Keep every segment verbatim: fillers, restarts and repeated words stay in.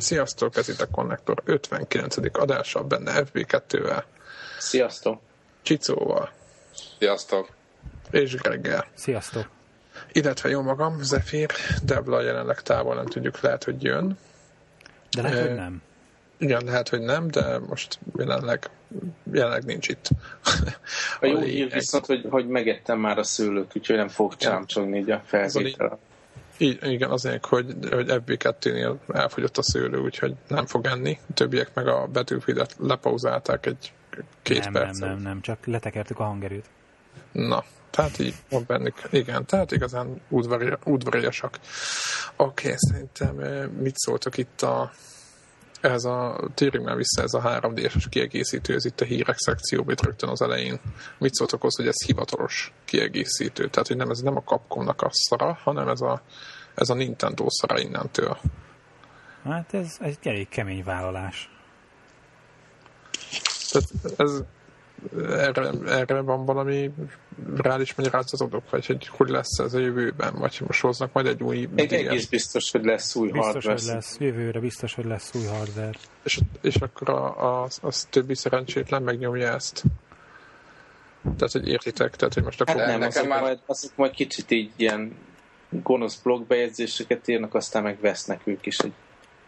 Sziasztok, ez itt a Konnektor ötvenkilencedik adása, benne ef bé kettővel. Sziasztok. Csicóval. Sziasztok. És Greggel. Sziasztok. Illetve jó magam, Zephyr, Debla jelenleg távol, nem tudjuk, lehet, hogy jön. De lehet, e, hogy nem. Igen, lehet, hogy nem, de most jelenleg, jelenleg nincs itt. A jó hír viszont, hogy, hogy megettem már a szőlőt, úgyhogy nem fog csámcsogni így a felvétel. Igen, azért, hogy, hogy ef bé kettőnél elfogyott a szőlő, úgyhogy nem fog enni. A többiek meg a Battlefieldet lepauzálták egy két nem, percet. Nem, nem, nem, csak letekertük a hangerőt. Na, tehát így van bennük. Igen, tehát igazán udvari, udvariasak. Oké, okay, szerintem mit szóltok itt a ez a, térjünk már vissza, ez a három dé-es kiegészítő, ez itt a hírek szekcióban itt rögtön az elején. Mit szóltok ahhoz, hogy ez hivatalos kiegészítő? Tehát, hogy nem, ez nem a Capcomnak a szara, hanem ez a, ez a Nintendo szara innentől. Hát ez egy elég kemény vállalás. Tehát ez, erre, erre van valami reális magyarázatok, vagy hogy hogy lesz ez a jövőben, vagy most hoznak majd egy új... Egy egész biztos, hogy lesz új biztos, hardware. Hogy lesz, jövőre biztos, hogy lesz új hardware. És, és akkor a, a, az többi szerencsétlen megnyomja ezt. Tehát, hogy értitek? Tehát, hogy most akkor... Hát nem, azok, már... majd, azok majd kicsit így ilyen gonosz blogbejegyzéseket írnak, aztán meg vesznek ők is egy...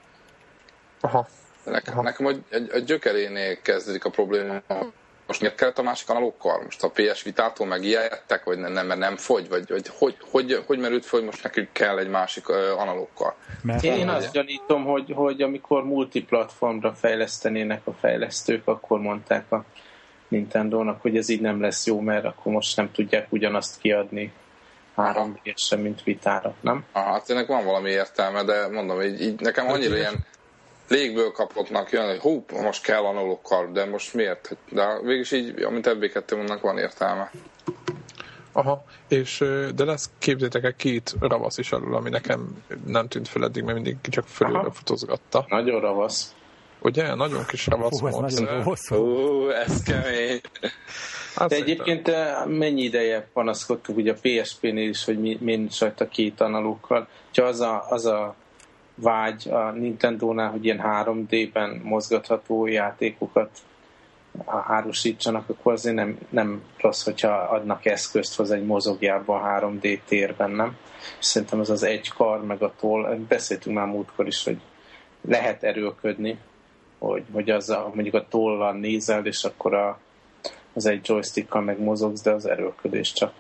Aha. Nekem, Aha. nekem a, a gyökerénél kezdődik a probléma. Most miért kellett a másik analókkal? Most a pé es Vitától megijedtek, vagy nem, mert nem fogy? Vagy, vagy hogy, hogy, hogy merült föl, hogy most nekünk kell egy másik uh, analókkal? Mert én, én azt gyanítom, hogy, hogy amikor multiplatformra fejlesztenének a fejlesztők, akkor mondták a Nintendónak, hogy ez így nem lesz jó, mert akkor most nem tudják ugyanazt kiadni három dé-esre, mint Vitára, nem? Aha, hát ennek van valami értelme, de mondom, így, így nekem annyira ilyen légből kapottnak jön, hogy hú, most kell analókkal, de most miért? De végülis így, amit ef bé kettőnek van értelme. Aha, és de lesz, képzétek el, két ravasz is alul, ami nekem nem tűnt fel eddig, mert mindig csak fölülre fotozgatta. Nagyon ravasz. Ugye? Nagyon kis ravasz Hú, volt. Ez nagyon hosszú. Hú, ez kemény. Hát de egyébként mennyi ideje panaszkodtuk ugye a pé es pé-nél is, hogy mi, mi nincs rajta két analókkal. Ha az a, az a vágy a Nintendónál, hogy ilyen három dé-ben mozgatható játékokat árusítsanak, akkor azért nem, nem rossz, hogyha adnak eszközt hozzá egy mozogjában három dé térben, nem? És szerintem az az egy kar, meg a toll, beszéltünk már múltkor is, hogy lehet erőlködni, hogy, hogy az a, mondjuk a tollal nézel, és akkor a, az egy joystickkal meg mozogsz, de az erőlködés csak.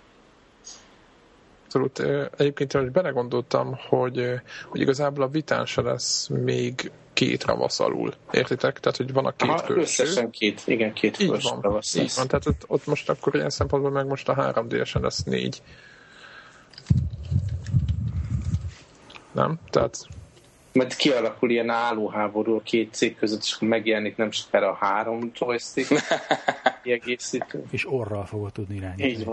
Abszolút. Egyébként hogy belegondoltam, hogy, hogy igazából a Vitán se lesz még két ravasz alul. Értitek? Tehát, hogy van a két felső. Összesen két, igen, két felső ravasz. Így van, tehát ott, ott most akkor ilyen szempontból meg most a három dé-esen lesz négy. Nem? Tehát... Majd kialakul ilyen állóháború a két cég között, és akkor megjelenik nem csak a három joystick kiegészítő. És orral fogod tudni irányítani. Így van.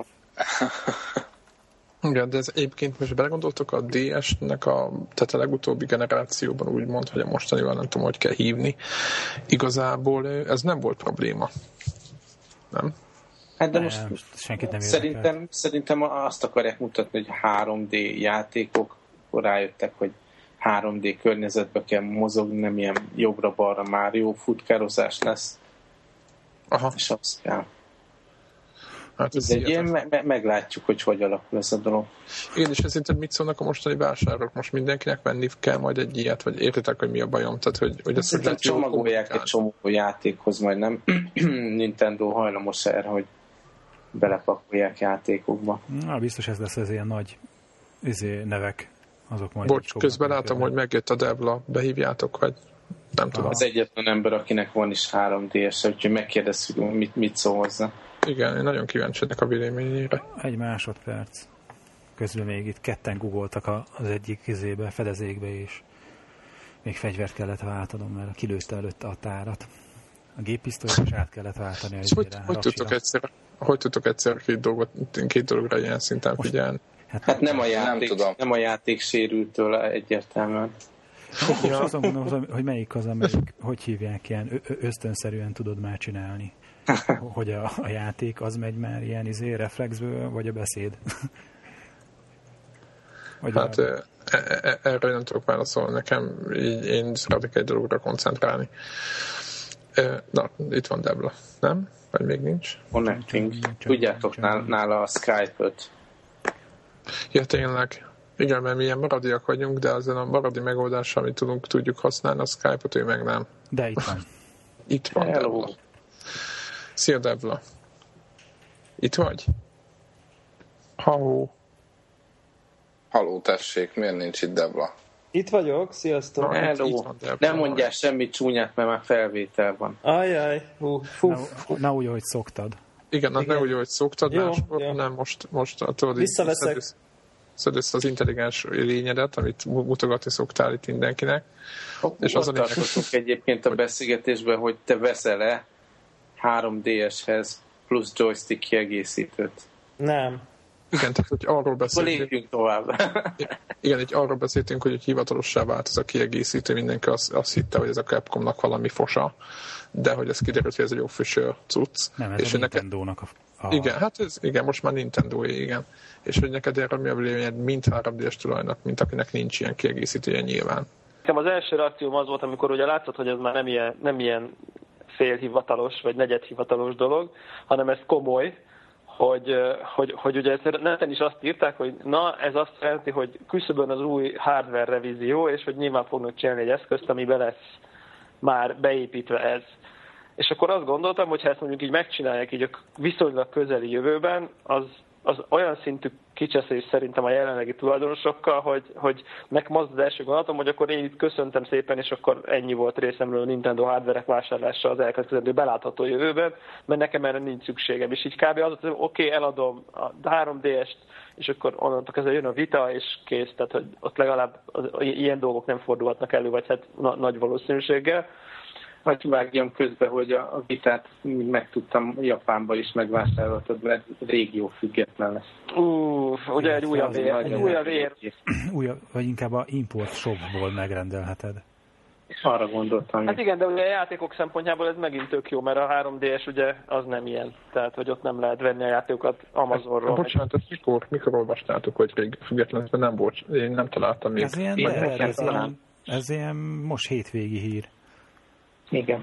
Igen, de ez egyébként most belegondoltok a dé es-nek a, tehát a legutóbbi generációban úgy mond, hogy a mostanival nem tudom, hogy kell hívni. Igazából ez nem volt probléma. Nem? Hát de most, most senkit nem szerintem, szerintem azt akarják mutatni, hogy három dé játékok, akkor rájöttek, hogy három dé környezetbe kell mozogni, nem ilyen jobbra-balra Mario futkározás lesz. Aha. És azt kell. Hát ez egy ilyen, me- meglátjuk, hogy hogy alakul ez a dolog. Igen, és szerinted mit szólnak a mostani vásárok? Most mindenkinek venni kell majd egy ilyet, vagy értitek, hogy mi a bajom? Tehát, hogy, hogy ezt hogy csomagolják egy csomó játékhoz, majd nem Nintendo hajlamos erre, hogy belepakolják játékokba. Na, biztos ez lesz ez ilyen nagy izé, nevek. Azok majd Bocs, közben látom, hogy megjött a Debla, behívjátok, vagy nem tudom. Az egyetlen ember, akinek van is három dé-es, úgyhogy megkérdezzük, mit, mit szól hozzá. Igen, én nagyon kíváncsi ennek a véleményére. Egy másodperc. Közben még itt ketten googoltak az egyik izébe, fedezékbe, és még fegyvert kellett váltanom, mert kilőtte előtte a tárat. A géppisztolyt is át kellett váltani. Hogy, hogy, tudtok egyszer, hogy tudtok egyszer két, dolgot, két dologra ilyen szinten figyelni? Hát, hát nem, a játék, nem, nem a játék sérültől egyértelműen. Ja. És azon gondolom, hogy melyik az, amelyik, hogy hívják, ilyen ösztönszerűen tudod már csinálni. Hogy a, a játék az megy már ilyen izé reflexből, vagy a beszéd. Hát e, e, erre nem tudok válaszolni. Nekem így én szeretek egy dologra koncentrálni. E, na, itt van Debla, nem? Vagy még nincs? Connecting. Tudjátok nála a Skype-öt. Ja, tényleg. Igen, mert mi ilyen maradiak vagyunk, de azon a maradi megoldással, amit tudunk, tudjuk használni, a Skype-ot ő meg nem. De itt van. Itt van Hello. Debla. Szia, Debla. Itt vagy? Halló. Halló, tessék, miért nincs itt Debla? Itt vagyok, sziasztok. Na, Hello. Nem mondjál semmit csúnyát, mert már felvétel van. Ajjaj, hú, fú, Na, fú. na úgy, ahogy szoktad. Igen, Igen. ne úgy, hogy szoktad, Jó, máskor, jó. nem most, most tudod, Visszaveszek. szed össze az intelligens lényedet, amit mutogatni szoktál itt mindenkinek. És Ott az a lényeg, tartottuk egyébként a beszélgetésben, hogy te veszel-e három dé eshez plusz joystick kiegészítőt. Nem. igen, tehát hogy arról Akkor beszéltünk, lépjünk tovább. igen, így arról beszéltünk, hogy hivatalossá vált ez a kiegészítő, mindenki azt, azt hitte, hogy ez a Capcomnak valami fosa, de hogy ez kiderült, hogy ez egy official cucc. Nem, ez és a neked, Nintendónak a... a... igen, hát ez, igen, most már Nintendo-é, igen. És hogy neked erről mi a véleményed, mint három dé es tulajnak, mint akinek nincs ilyen kiegészítője nyilván. Nekem az első reakcióm az volt, amikor ugye látszott, hogy ez már nem ilyen, nem ilyen félhivatalos, vagy negyedhivatalos dolog, hanem ez komoly, hogy, hogy, hogy ugye neten is azt írták, hogy na, ez azt jelenti, hogy küszöbön az új hardware revízió, és hogy nyilván fognak csinálni egy eszközt, amiben lesz már beépítve ez. És akkor azt gondoltam, hogy ha ezt mondjuk így megcsinálják így a viszonylag közeli jövőben, az, az olyan szintű kicseszés szerintem a jelenlegi tulajdonosokkal, hogy, hogy nekem az az első gondolatom, hogy akkor én itt köszöntem szépen, és akkor ennyi volt részemről a Nintendo hardware-ek vásárlása az elkövetkezendő belátható jövőben, mert nekem erre nincs szükségem. És így kb. Az, hogy oké, okay, eladom a három dé est, és akkor onnantól kezdve jön a vita, és kész. Tehát, hogy ott legalább az, ilyen dolgok nem fordulhatnak elő, vagy hát na, nagy valószínűséggel. Hogy vágjam közbe, hogy a, a vitát megtudtam, Japánban is megvásároltad, mert régió független lesz. Uff, ugye egy újabb ér. Egy újabb ér. Újabb, vagy inkább a import shopból megrendelheted. És arra gondoltam. Hát igen, de ugye a játékok szempontjából ez megint tök jó, mert a három dé es ugye az nem ilyen. Tehát, hogy ott nem lehet venni a játékokat Amazonról. Hát, bocsánat, ezt mikor, mikor olvastátok, hogy rég független, ez nem volt, én nem találtam még. Ez ilyen, Én ez, ez, talán. ilyen, ez ilyen most hétvégi hír. Igen.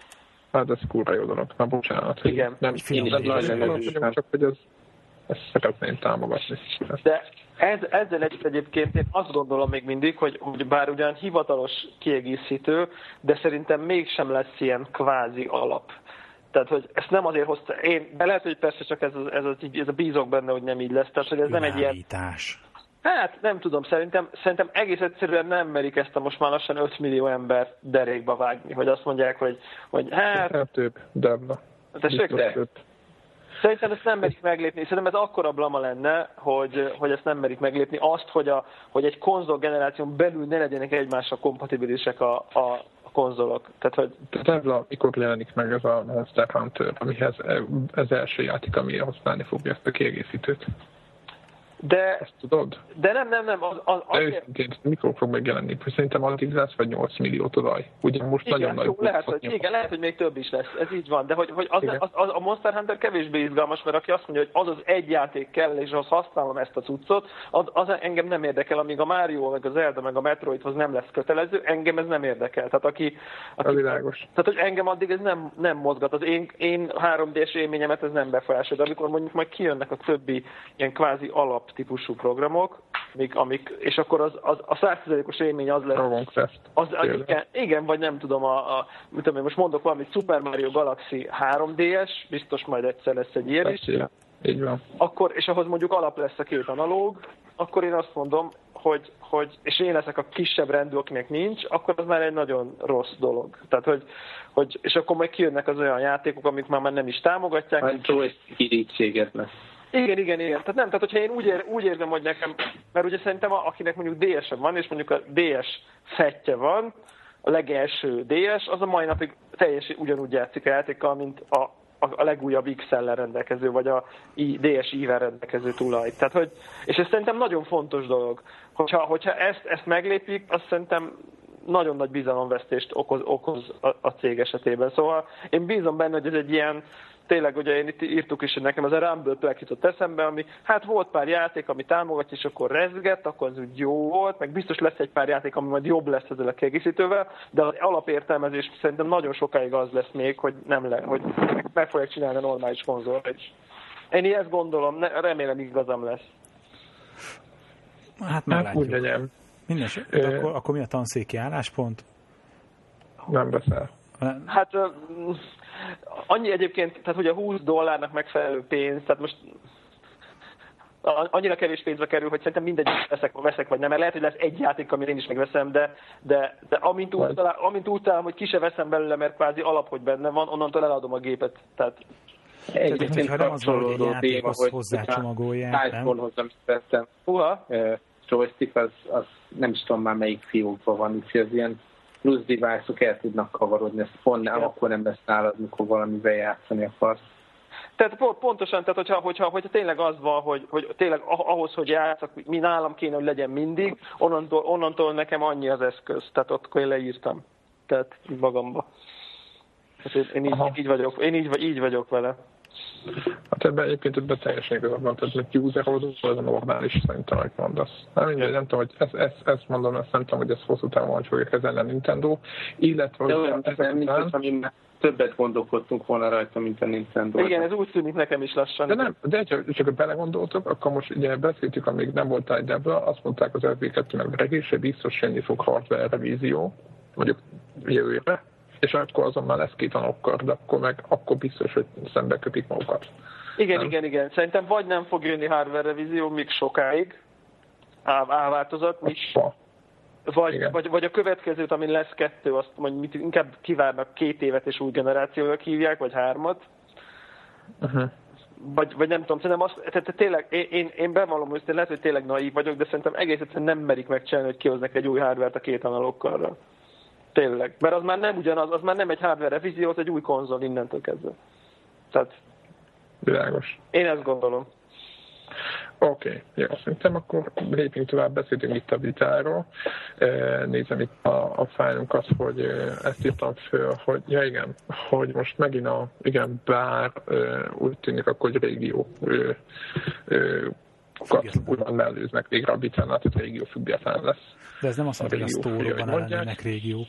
Hát ez kurva jó dolog. Na, bocsánat. Igen. Nem, Én is nem, nagyon nem, örülök. nem, csak hogy ez, ezt szeretném támogatni. De ez, ezzel együtt egyébként én azt gondolom még mindig, hogy, hogy bár ugyan hivatalos kiegészítő, de szerintem mégsem lesz ilyen kvázi alap. Tehát, hogy ezt nem azért hozta, én, de lehet, hogy persze csak ez, ez, ez, ez a bízok benne, hogy nem így lesz. Tehát, hogy ez nem egy ilyen... Világítás. Hát nem tudom, szerintem, szerintem egész egyszerűen nem merik ezt a most már lassan öt millió ember derékba vágni, hogy azt mondják, hogy, hogy hát... Nem több, Debla. Tessék, Biztos több. Szerintem ezt nem merik meglépni. Szerintem ez akkora blama lenne, hogy, hogy ezt nem merik meglépni. Azt, hogy, a, hogy egy konzolgeneráción belül ne legyenek egymással kompatibilisek a, a, a konzolok. Tehát, hogy... Debla, mikor jelenik meg ez a Monster Hunter, amihez ez első játék, ami használni fogja ezt a kiegészítőt? De, Ezt tudod? de nem, nem, nem. Az, az, De azért... őszintén, mikor fog megjelenni? Szerintem addig lesz, vagy nyolc millió tudaj. Ugye most Igen, nagyon jó, nagy... lehet, hogy, igen, lehet, hogy még több is lesz, ez így van, de hogy, hogy az, Igen. az, az, a Monster Hunter kevésbé izgalmas, mert aki azt mondja, hogy az az egy játék kell, és az használom ezt a cuccot, az, az engem nem érdekel, amíg a Mario, meg a Zelda, meg a Metroidhoz nem lesz kötelező, engem ez nem érdekel. Tehát aki... aki A világos. Tehát, hogy engem addig ez nem, nem mozgat, az én, én három dé-s élményemet ez nem befolyásol, de amikor mondjuk majd kijönnek a többi ilyen kvázi alaptípusú programok, amik, amik, és akkor az, az, a száz százalékos élmény az lesz. Dragon Quest. Az, az, igen, igen, vagy nem tudom, a, a, mit tudom én, most mondok valamit, Super Mario Galaxy három dé-es, biztos majd egyszer lesz egy ilyen is. Beszél. Így van. Akkor, és ahhoz mondjuk alap lesz a két analóg, akkor én azt mondom, hogy, hogy és én leszek a kisebb rendű, akinek nincs, akkor az már egy nagyon rossz dolog. Tehát, hogy, hogy és akkor majd kijönnek az olyan játékok, amik már, már nem is támogatják. Majd joystick irítséged lesz. Igen, igen, igen. Tehát nem, tehát hogyha én úgy, ér, úgy érzem, hogy nekem, mert ugye szerintem a, akinek mondjuk dé es van, és mondjuk a dé es fettje van, a legelső dé es, az a mai napig teljesen ugyanúgy játszik a játékkal, mint a, a, a legújabb iksz el-lel rendelkező, vagy a dé es í-vel rendelkező tulaj. Tehát, hogy, és ez szerintem nagyon fontos dolog. Hogyha, hogyha ezt, ezt meglépik, azt szerintem nagyon nagy bizalomvesztést okoz, okoz a, a cég esetében. Szóval én bízom benne, hogy ez egy ilyen tényleg ugye én itt írtuk is, hogy nekem az a Rumble Pack jutott eszembe, ami hát volt pár játék, ami támogatja, és akkor rezgett, akkor az úgy jó volt, meg biztos lesz egy pár játék, ami majd jobb lesz ezzel a kiegészítővel, de az alapértelmezés szerintem nagyon sokáig az lesz még, hogy nem le, hogy meg fogják csinálni a normális konzolra is. Én ezt gondolom, ne, remélem igazam lesz. Hát meglátjuk. Úgy legyen. Mindenesetre, Ö... akkor, akkor mi a tanszéki álláspont? Nem beszél. Hát annyi egyébként, tehát hogy a húsz dollárnak megfelelő pénz, tehát most annyira kevés pénzbe kerül, hogy szerintem mindegy, veszek, veszek vagy nem, mert lehet, hogy lesz egy játék, amit én is megveszem, de, de, de amint, úgy talál, amint úgy találom, hogy ki se veszem belőle, mert kvázi alap, hogy benne van, onnantól eladom a gépet. Tehát egyébként ha nem az van, hogy egy játékhoz hozzácsomagolják, nem? Amit vettem. Húha, joystick, az, az nem is tudom már melyik fiókban van, úgyhogy az ilyen plusz device-ok el tudnak kavarodni, ezt pont nem, ja. Akkor nem lesz nálad, mikor valamivel játszani akarsz. Tehát pontosan, tehát hogyha, hogyha, hogyha tényleg az van, hogy, hogy tényleg ahhoz, hogy játszak, mi nálam kéne, hogy legyen mindig, onnantól, onnantól nekem annyi az eszköz, tehát ott akkor én leírtam, tehát magamba. Tehát én, így, így, vagyok, én így, így vagyok vele. Hát ebben egyébként ebben teljesen igazad van, tehát egy user oldalon ez a normális, szerintem, amit mondasz. Nem, mindegy, nem tudom, hogy ezt, ezt, ezt mondom, ezt nem tudom, hogy ez hosszú távon hogy fogja kezelni a Nintendo, illetve, hogy olyan, ezek után... Nincs, amin többet gondolkodtunk volna rajta, mint a Nintendo. Igen, ez úgy tűnik nekem is lassan. De nem, de csak, csak belegondoltok, akkor most ugye beszéltük, amíg nem voltál egy debla, azt mondták az ef bé kettő meg regése, biztos ennyi fog hardware revízió, mondjuk jövőre, és akkor azon már lesz két anokkar, de akkor meg akkor biztos, hogy szembe kötik magukat. Igen, nem? igen, igen. Szerintem vagy nem fog jönni hardware revízió még sokáig, A-változat, vagy, vagy, vagy a következőt, amin lesz kettő, azt mondjuk inkább kivárnak két évet és új generációra hívják, vagy hármat. Uh-huh. Vagy, vagy nem tudom, szerintem azt, tehát tényleg, én, én, én bevallom, hogy lehet, hogy tényleg naív vagyok, de szerintem egész egyszerűen nem merik megcsinálni, hogy kihoznak egy új hardware-t a két analókkal. Tényleg. Mert az már nem ugyanaz, az már nem egy hardware revízió, az egy új konzol innentől kezdve. Tehát... Világos. Én ezt gondolom. Oké, okay. Jó, szerintem akkor lépjünk tovább, beszélünk itt a vitáról. Nézem itt a, a fájlunkat, hogy ezt írtam föl, hogy ja igen, hogy most megint a, igen, bár úgy tűnik akkor, hogy régió úgymond mellőznek végre a vitánál, tehát régió független lesz. De ez nem azt mondja, hogy a sztóróban ellennének régiók.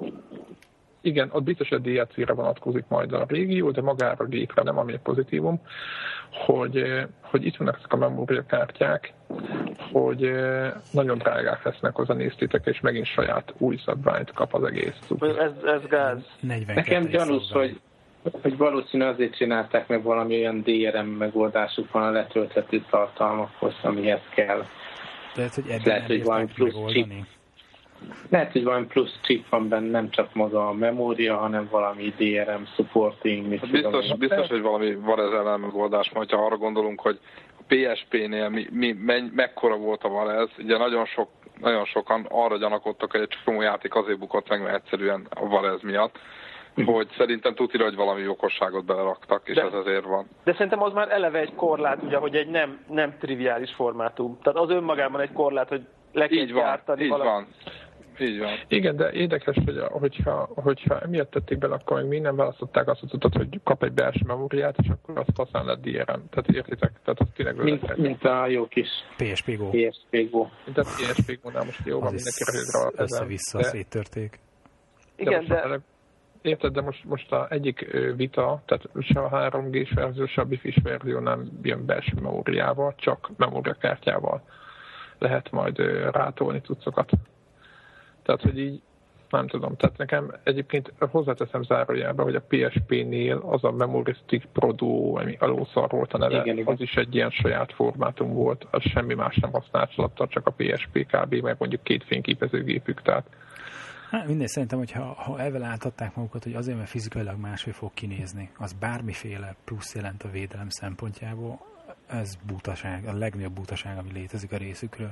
Igen, ott biztos, hogy a dé el cére vonatkozik majd a régió, de magára a gépre nem, ami egy pozitívum, hogy, hogy itt vannak ezek a memóriakártyák, hogy nagyon drágák lesznek, hozzá néztétek, és megint saját új szabványt kap az egész. Ez, ez gáz. Nekem gyanús, hogy, hogy valószínűleg azért csinálták meg valami olyan dé er em megoldásuk van a letölthető tartalmakhoz, amihez kell. Lehet, hogy ebben Lehet, hogy valami plusz chip. Lehet, hogy valami plusz chip van benne, nem csak maga a memória, hanem valami dé er em supporting. Hát biztos, biztos, hogy valami van ez ellen megoldás, majd ha arra gondolunk, hogy a pé es pé-nél mi, mi, me, mekkora volt a Valez, ugye nagyon, sok, nagyon sokan arra gyanakodtak, hogy egy csomó játék azért bukott meg, mert egyszerűen a Valez miatt, hogy szerintem tudja, hogy valami okosságot beleraktak, és de, ez azért van. De szerintem az már eleve egy korlát, ugye, hogy egy nem, nem triviális formátum. Tehát az önmagában egy korlát, hogy le kell így van, gyártani így valami. van. Így van. Igen, de érdekes, hogy hogyha, hogyha emiatt tették bele, akkor még mi nem választották azt, hogy tudod, hogy kap egy belső memóriát, és akkor azt használ a dé er em. Tehát értitek? Tehát az tényleg mint, mint a jó kis pé es pé Go. pé es pé Go. Mint a pé es pé Go-nál most jó van, mindenki rövidre. Össze-vissza széttörték. Igen, de... de... Érted, de most, most a egyik vita, tehát se a három gés verzió, se a bifis verzió nem jön belső memóriával, csak memóriakártyával lehet majd rátolni cuccokat. Tehát, hogy így, nem tudom, tehát nekem egyébként hozzáteszem zárójelbe, hogy a pé es pé-nél az a Memory Stick Pro Duo, ami alószar volt a neve, igen, igen. Az is egy ilyen saját formátum volt, az semmi más nem használatlanul, csak a pé es pé kb, meg mondjuk két fényképezőgépük, tehát hát mindegy, szerintem, hogy ha, ha ezzel álltatták magukat, hogy azért, mert fizikailag máshogy fog kinézni, az bármiféle plusz jelent a védelem szempontjából, ez butaság, a legnagyobb butaság, ami létezik a részükről.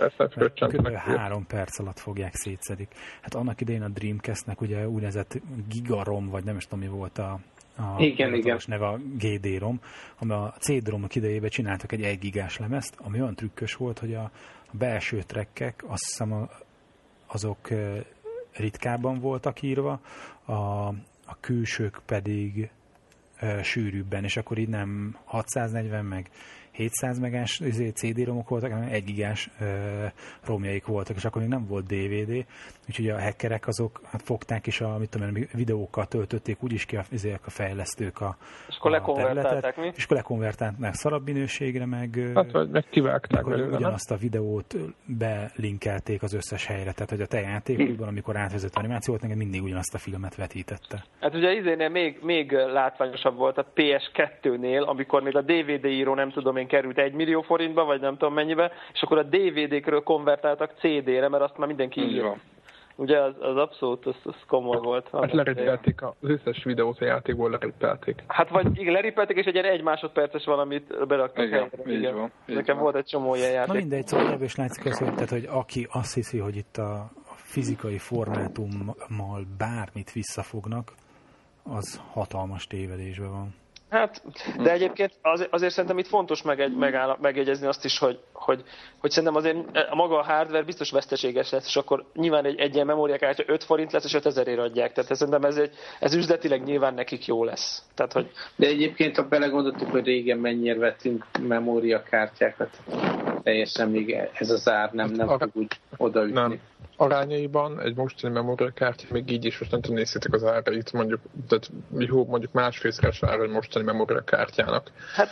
Kb. három perc alatt fogják szétszedik. Hát annak idején a Dreamcastnek ugye úgynevezett gigarom, vagy nem is tudom, mi volt a, a igen, igen. neve, a gé dé-rom, ami a cé dé-romok idejében csináltak egy egy gigás lemezt, ami olyan trükkös volt, hogy a, a belső trekkek, azt hiszem a, azok ritkábban voltak írva, a, a külsők pedig uh, sűrűbben, és akkor így nem hatszáznegyven meg hétszáz megás cé dé-romok voltak, hanem egy gigás uh, romjaik voltak, és akkor még nem volt dé vé dé, úgyhogy a hackerek azok hát fogták is a, mit tudom én, videókat töltötték úgyis ki a, a fejlesztők a, és akkor a lekonvertálták mi? És akkor lekonvertálták szarabb minőségre, meg, hát, vagy meg kivágták belőle, ugyanazt a videót belinkelték az összes helyre, tehát hogy a te játékodban, amikor átvezett animációt, nekem mindig ugyanazt a filmet vetítette. Hát ugye izénél még, még látványosabb volt a pé es kettőnél, amikor még a dé vé dé író nem tudom én került egy millió forintba, vagy nem tudom mennyibe, és akkor a dé vé dé-kről konvertáltak cé dé-re, mert azt már mindenki írja. Ugye az, az abszolút, az, az komoly volt. Hát lerippelték az összes videót a játékból, lerippelték. Hát vagy igen, lerippelték, és egy egy másodperces valamit beraktak igen, helyre. Így igen. van, így Nekem van. volt egy csomó ilyen játék. Na mindegy, szóval ebből is látszik az, hogy, tehát, hogy aki azt hiszi, hogy itt a fizikai formátummal bármit visszafognak, az hatalmas tévedésben van. Hát, de egyébként az, azért szerintem itt fontos meg, megáll, megjegyezni azt is, hogy, hogy, hogy szerintem azért maga a hardware biztos veszteséges lesz, és akkor nyilván egy, egy ilyen memóriakártya öt forint lesz, és ötezerért adják. Tehát szerintem ez, egy, ez üzletileg nyilván nekik jó lesz. Tehát, hogy... De egyébként, ha belegondoltuk, hogy régen mennyire vettünk memóriakártyákat, teljesen még ez az ár nem, nem Arra... fog úgy odaütni. Nem. Arányaiban egy mostani memóriakártya még így is, most nem tudom, nézzétek az árait, mondjuk, tehát jó, mondjuk másfélszeres ára egy mostani memóriakártyának. Hát,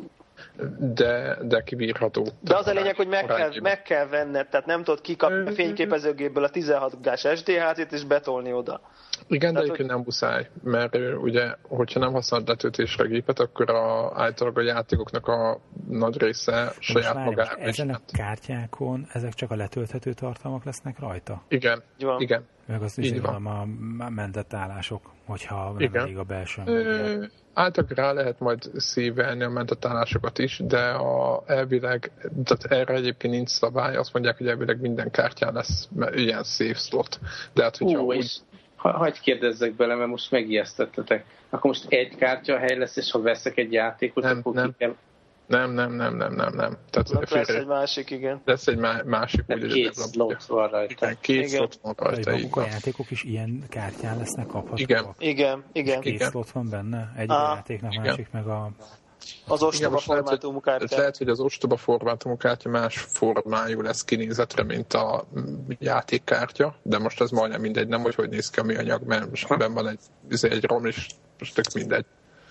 de, de kibírható. De az a lényeg, hogy meg kell, meg kell venned, tehát nem tudod kikapni a fényképezőgépből a tizenhat gigás es dé há-t és betolni oda. Igen, de egyébként nem muszáj, mert ugye, hogyha nem használod letöltésre a gépet, akkor a, általában a játékoknak a nagy része saját magára. Ezen a kártyákon ezek csak a letölthető tartalmak lesznek rajta? Igen, igen. Meg az is van a mentett állások, hogyha nem elég a belső. Ö, általában rá lehet majd szívelni a mentett állásokat is, de a, elvileg, tehát erre egyébként nincs szabály, azt mondják, hogy elvileg minden kártyán lesz ilyen safe slot. De hát, hogyha Ú, úgy... Ha, hagyj kérdezzek bele, mert most megijesztettetek. Akkor most egy kártyahely lesz, és ha veszek egy játékot, nem, akkor nem. ki kell... Nem, nem, nem, nem, nem, nem. Tehát lesz egy másik, igen. Lesz egy má- másik. Úgy, két slot van rajta. Igen, két slot van rajta. Maguk a játékok is ilyen kártyán lesznek kaphatóak? Igen. Igen, igen. Két igen. slot van benne? Egyik a játéknak, igen. Másik meg a... Az ostoba formátumú kártya. Lehet, hogy az ostoba formátumú kártya más formájú lesz kinézetre, mint a játékkártya, de most ez majdnem mindegy, nem hogy hogy néz ki a műanyag, mert most benn van egy, egy rom, és most tök mindegy.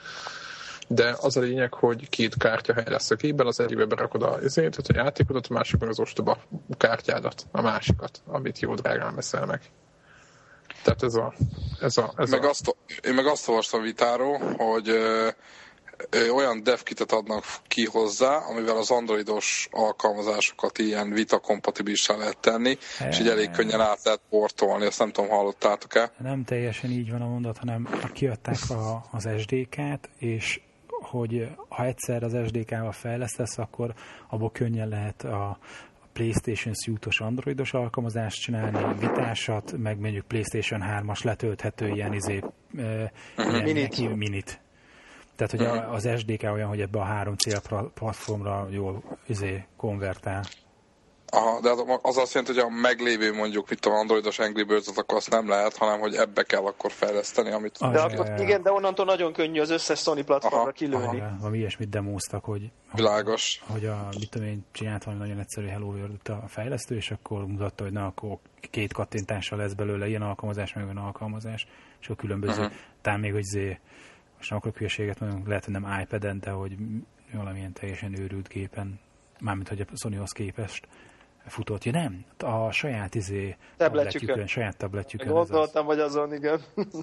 De az a lényeg, hogy két kártyahely lesz a képben, az egyikbe berakod a, azért, a játékodat, a másik meg az ostoba kártyádat, a másikat, amit jó drágán veszel meg. Tehát ez a... Ez a, ez meg a... Azt, én meg azt olvastam vitáról, hogy ö, ö, olyan devkitet adnak ki hozzá, amivel az androidos alkalmazásokat ilyen vita-kompatibilissá lehet tenni, e... és így elég könnyen át lehet portolni, ezt nem tudom, hallottátok-e? Nem teljesen így van a mondat, hanem kiadták a, az es dé kát, és hogy ha egyszer az es dé ká-val fejlesztesz, akkor abból könnyen lehet a PlayStation Suite-os androidos alkalmazást csinálni, vitásat, meg mondjuk PlayStation hármas letölthető ilyen, izé, uh-huh. ilyen minit. Neki, minit. Tehát, hogy uh-huh. az es dé ká olyan, hogy ebbe a három cél platformra jól izé, konvertál. Aha, de az azt jelenti, hogy a meglévő mondjuk, mit tudom, androidos Angry Birds-ot, akkor azt nem lehet, hanem hogy ebbe kell akkor fejleszteni, amit... Ah, de ja, akkor, ja, ja. Igen, de onnantól nagyon könnyű az összes Sony platformra kilőni. Valami ilyesmit demóztak, hogy, Világos. hogy a, mit tudom én, csinált valami nagyon egyszerű Hello World a fejlesztő, és akkor mutatta, hogy na, akkor két kattintással lesz belőle ilyen alkalmazás, meg olyan alkalmazás, és a különböző, uh-huh. talán még, hogy zé, most nem akarok hülyeséget mondani, lehet, hogy nem iPad-en, de hogy valamilyen teljesen őrült gépen, mármint, hogy a Sonyhoz képest futott. Ja nem, a saját izé tabletjükön, saját tabletjükön. Gondoltam, vagy azon, igen.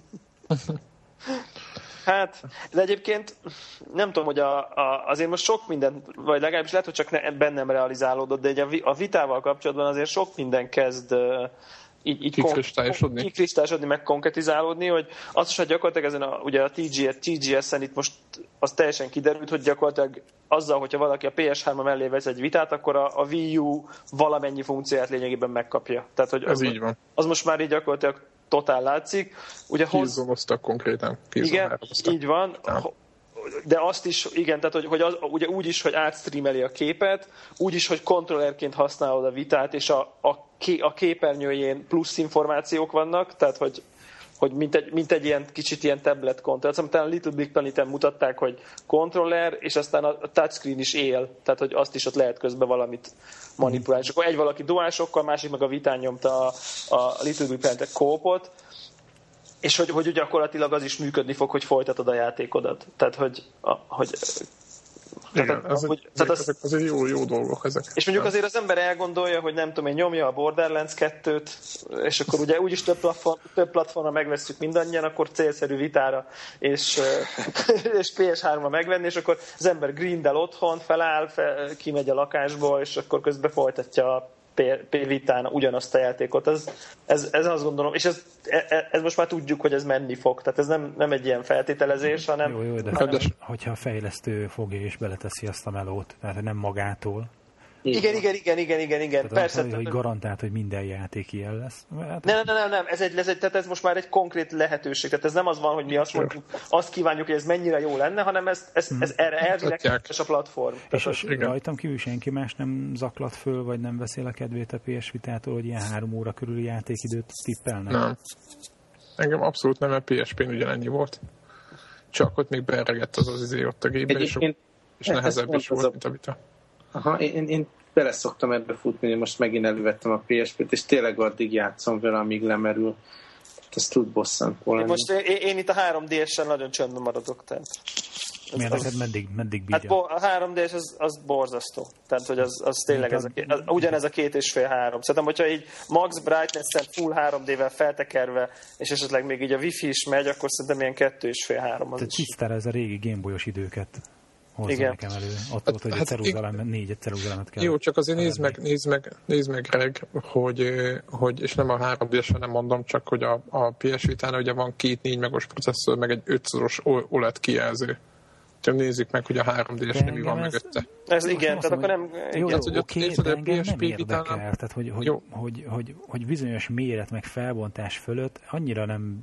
Hát, de egyébként nem tudom, hogy a, a, azért most sok minden, vagy legalábbis lehet, hogy csak ne, bennem realizálódott, de egy a vitával kapcsolatban azért sok minden kezd uh, így, így kikristályosodni. Kon- kikristályosodni, meg konkretizálódni, hogy az is, hogy gyakorlatilag ezen a, ugye a té gé es-en itt most az teljesen kiderült, hogy gyakorlatilag azzal, hogyha valaki a pé es három mellé vesz egy vitát, akkor a, a Wii U valamennyi funkcióját lényegében megkapja. Tehát, hogy Ez az, így van. Az most már így gyakorlatilag totál látszik. Ugye Kézzomoztak konkrétan. Igen, így van. Ja. De azt is, igen, tehát hogy, hogy az, ugye úgy is, hogy átstreameli a képet, úgy is, hogy kontrollerként használod a vitát, és a, a, ké, a képernyőjén plusz információk vannak, tehát hogy hogy mint egy, mint egy ilyen kicsit ilyen tablet controller. Aztán a Little Big Planet-en mutatták, hogy controller, és aztán a touchscreen is él, tehát hogy azt is ott lehet közben valamit manipulálni. És akkor egy valaki duásokkal, másik meg a Vitán nyomta a, a Little Big Planet co-opot, és hogy, hogy gyakorlatilag az is működni fog, hogy folytatod a játékodat. Tehát, hogy, a, hogy igen, tehát, ez hogy, egy, tehát az, ezek azért jó, jó dolgok ezek. és mondjuk azért az ember elgondolja, hogy nem tudom én, nyomja a Borderlands kettőt, és akkor ugye úgyis több, platform, több platformra megvesszük mindannyian, akkor célszerű Vitára és, és pé es háromra megvenni, és akkor az ember grindel otthon, feláll, fel, kimegy a lakásból, és akkor közben folytatja a Vitán ugyanazt a játékot. Ez, ez, ez azt gondolom, és ez, ez most már tudjuk, hogy ez menni fog. Tehát ez nem, nem egy ilyen feltételezés, hanem... Jó, jó, de hanem, hogyha a fejlesztő fogja és beleteszi azt a melót, tehát nem magától. Igen, igen, igen, igen, igen, igen. Tehát persze. Az, hogy garantált, hogy minden játék ilyen lesz. Hát, nem, nem, nem, nem, ez, egy, ez, egy, tehát ez most már egy konkrét lehetőség. Tehát ez nem az van, hogy mi azt mondjuk, azt kívánjuk, hogy ez mennyire jó lenne, hanem ez, ez, ez erre elvileg képes a platform. És, és rajtam kívül senki más nem zaklat föl, vagy nem beszél a kedvét a pé es Vitától, hogy ilyen három óra körüli játékidőt tippelnek? Nem. Engem abszolút nem, mert pé es pén ugyanennyi volt. Csak ott még beregett az az izé ott a gépben, és, és nehezebb is volt, mint a Vita. Aha, én, én bele szoktam ebbe futni, hogy most megint elővettem a pé es pét, és tényleg addig játszom vele, amíg lemerül. Ez tud bosszantó lenni. Most én, én itt a három dé es-en nagyon csöndben maradok. Tehát miért neked meddig, meddig bírja? Hát bo- a három dé es az, az borzasztó. Tehát, hogy az, az tényleg ez a, az, ugyanez a két és fél három. Szerintem, hogyha így max brightness-en full három dé-vel feltekerve, és esetleg még így a wifi is megy, akkor szerintem ilyen kettő és fél három. Tehát tisztára ez a régi Gameboy-os időket hozza igen. nekem elő. Ott volt, hogy hát, egy ceruzalem, négy ceruzalemet kell. Jó, csak azért nézd meg, nézd meg, nézd meg Greg, hogy, hogy, és nem a három dé es-en nem mondom, csak hogy a, a pé es Vitán ugye van két négy megos processzor, meg egy ötszoros o led kijelző. Csak nézzük meg, hogy a három dé es-nél mi van mögötte. Ez igen, tehát akkor nem... Jó, igen, jó, oké, de engem nem érdekel. Tehát, hogy, hogy, hogy, hogy, hogy bizonyos méret meg felbontás fölött annyira nem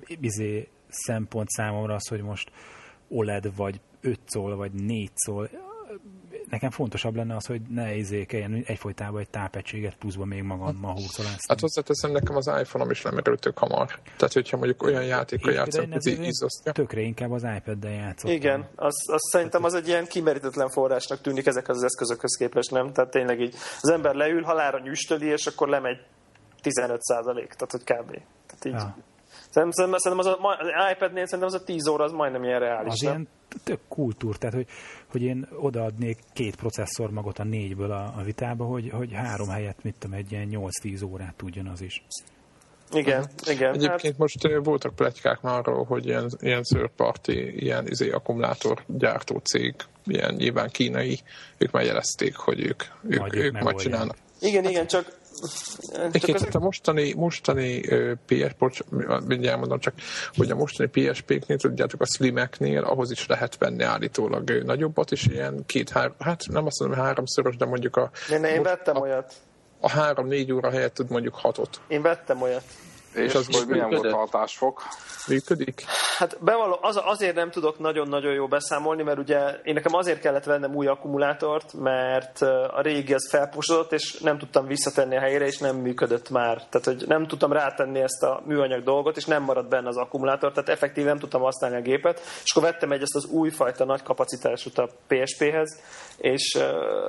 bizé szempont számomra az, hogy most o led vagy öt szól, vagy négy szól. Nekem fontosabb lenne az, hogy ne izé kelljen egyfolytában egy tápegységet pluszban még magammal húzolászni. Hát hozzáteszem, nekem az iPhone-om is lemerült tök hamar. Tehát, hogyha mondjuk olyan játékkal játszom, hogy izzasztja. Tökre inkább az iPad-del játszottam. Igen, azt az szerintem az egy ilyen kimerítetlen forrásnak tűnik ezekhez az eszközökhöz képest, nem? Tehát tényleg így az ember leül, halálra nyüstöli, és akkor lemegy tizenöt százalék, tehát hogy kb. Tehát így. Ja. Szerintem, szerintem az, a, az iPad-nél szerintem az a tíz óra az majdnem ilyen reális. Az ilyen tök kultúr, tehát hogy, hogy én odaadnék két processzor magot a négyből a, a Vitába, hogy, hogy három helyett, mit tudom, egy ilyen nyolc-tíz órát tudjon az is. Igen, igen. Egyébként hát... most voltak pletykák már arról, hogy ilyen, ilyen third party, ilyen izé, akkumulátor gyártó cég, ilyen nyilván kínai, ők már jelezték, hogy ők, ők, majd, ők majd csinálnak. Igen, igen, csak Egyébként az... a mostani, mostani pé es, bocs, mindjárt mondom csak, hogy a mostani pé es péknél, tudjátok, a Slimeknél ahhoz is lehet venni állítólag nagyobbat is, ilyen két-három, hát nem azt mondom, háromszoros, de mondjuk a... Én, én vettem a, olyat. A három-négy óra helyett tud mondjuk hatot. Én vettem olyat. És, és az hogy milyen volt a hatásfok? Működik? Hát bevallom, az, azért nem tudok nagyon-nagyon jó beszámolni, mert ugye én nekem azért kellett vennem új akkumulátort, mert a régi az felposodott, és nem tudtam visszatenni a helyére, és nem működött már. Tehát, hogy nem tudtam rátenni ezt a műanyag dolgot, és nem maradt benne az akkumulátor, tehát effektív nem tudtam használni a gépet, és akkor vettem egy ezt az újfajta nagy kapacitásút a pé es péhez, és,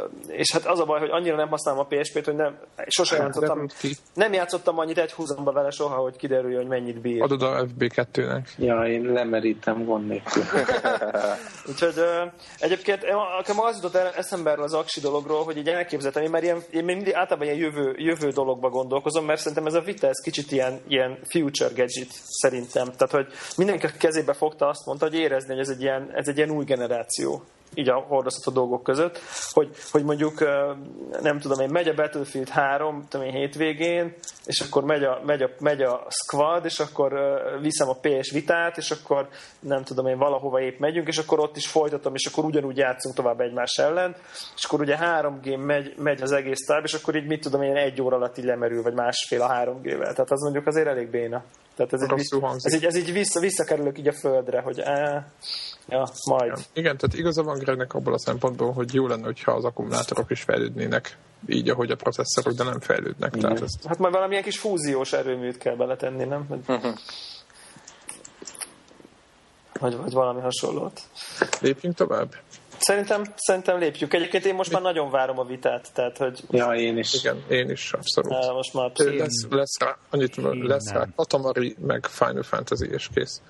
és hát az a baj, hogy annyira nem használom a pé es pét, hogy nem, sosem játszottam, nem játszottam annyit egy húzamba vele soha, hogy kiderülj, hogy mennyit bír. Adod a ef bé kettőnek. Ja, én lemerítem gond nélkül. Úgyhogy uh, egyébként nekem az jutott eszembe erről az aksi dologról, hogy így elképzeltem, én már ilyen, én mindig általában ilyen jövő, jövő dologba gondolkozom, mert szerintem ez a Vita, ez kicsit ilyen, ilyen future gadget szerintem. Tehát, hogy mindenki a kezébe fogta, azt mondta, hogy érezni, hogy ez egy ilyen, ez egy ilyen új generáció. Így a hordozható dolgok között, hogy, hogy mondjuk nem tudom én, megy a Battlefield három tudom én, hétvégén, és akkor megy a, megy, a, megy a squad, és akkor viszem a pé es Vitát, és akkor nem tudom én, valahova épp megyünk, és akkor ott is folytatom, és akkor ugyanúgy játszunk tovább egymás ellen, és akkor ugye három gé megy, megy az egész táv, és akkor így mit tudom én, egy óra alatt így lemerül, vagy másfél a három gével. Tehát az mondjuk azért elég béna. Tehát ez, így, ez így, ez így vissza, visszakerülök így a földre, hogy á, ja, majd. Igen, Igen, tehát igaza van Gregnek abból a szempontból, hogy jó lenne, hogyha az akkumulátorok is fejlődnének, így ahogy a processzorok, de nem fejlődnek. Tehát ezt... Hát majd valamilyen kis fúziós erőműt kell beletenni, nem? Uh-huh. vagy, vagy valami hasonlót. Lépjünk tovább? Szerintem, szerintem lépjük. Egyébként én most már nagyon várom a vitát, tehát hogy... Ja, én is. Igen, én is, abszolút. Á, most már lesz, lesz rá, annyit lesz rá Katamari, meg Final Fantasy, és kész.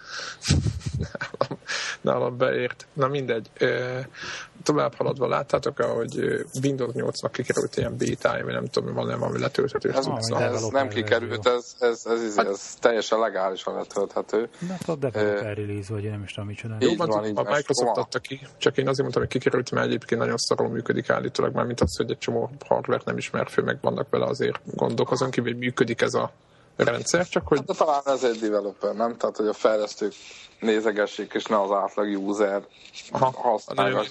nálam, nálam beért. Na mindegy. Tovább haladva láttátok, hogy Windows nyolcnak kikerült ilyen bétája, vagy nem tudom, van nem, ami letölthető. Ez, ez nem kikerült, ez, ez, ez, ez, ez teljesen legálisan letölthető. Na, a developer release, vagy nem is tudom, mit csinálni. Jó, van, a Microsoft adta ki, csak én azért mondtam, hogy kikerült, mert egyébként nagyon szarul működik állítólag, már mint az, hogy egy csomó hardware nem ismer föl, meg vannak vele azért gondok, azon kívül, hogy működik ez a rendszer, csak hogy... Hát, talán ez egy developer, nem? Tehát, hogy a fejlesztők nézegessék, és ne az átlag user használják.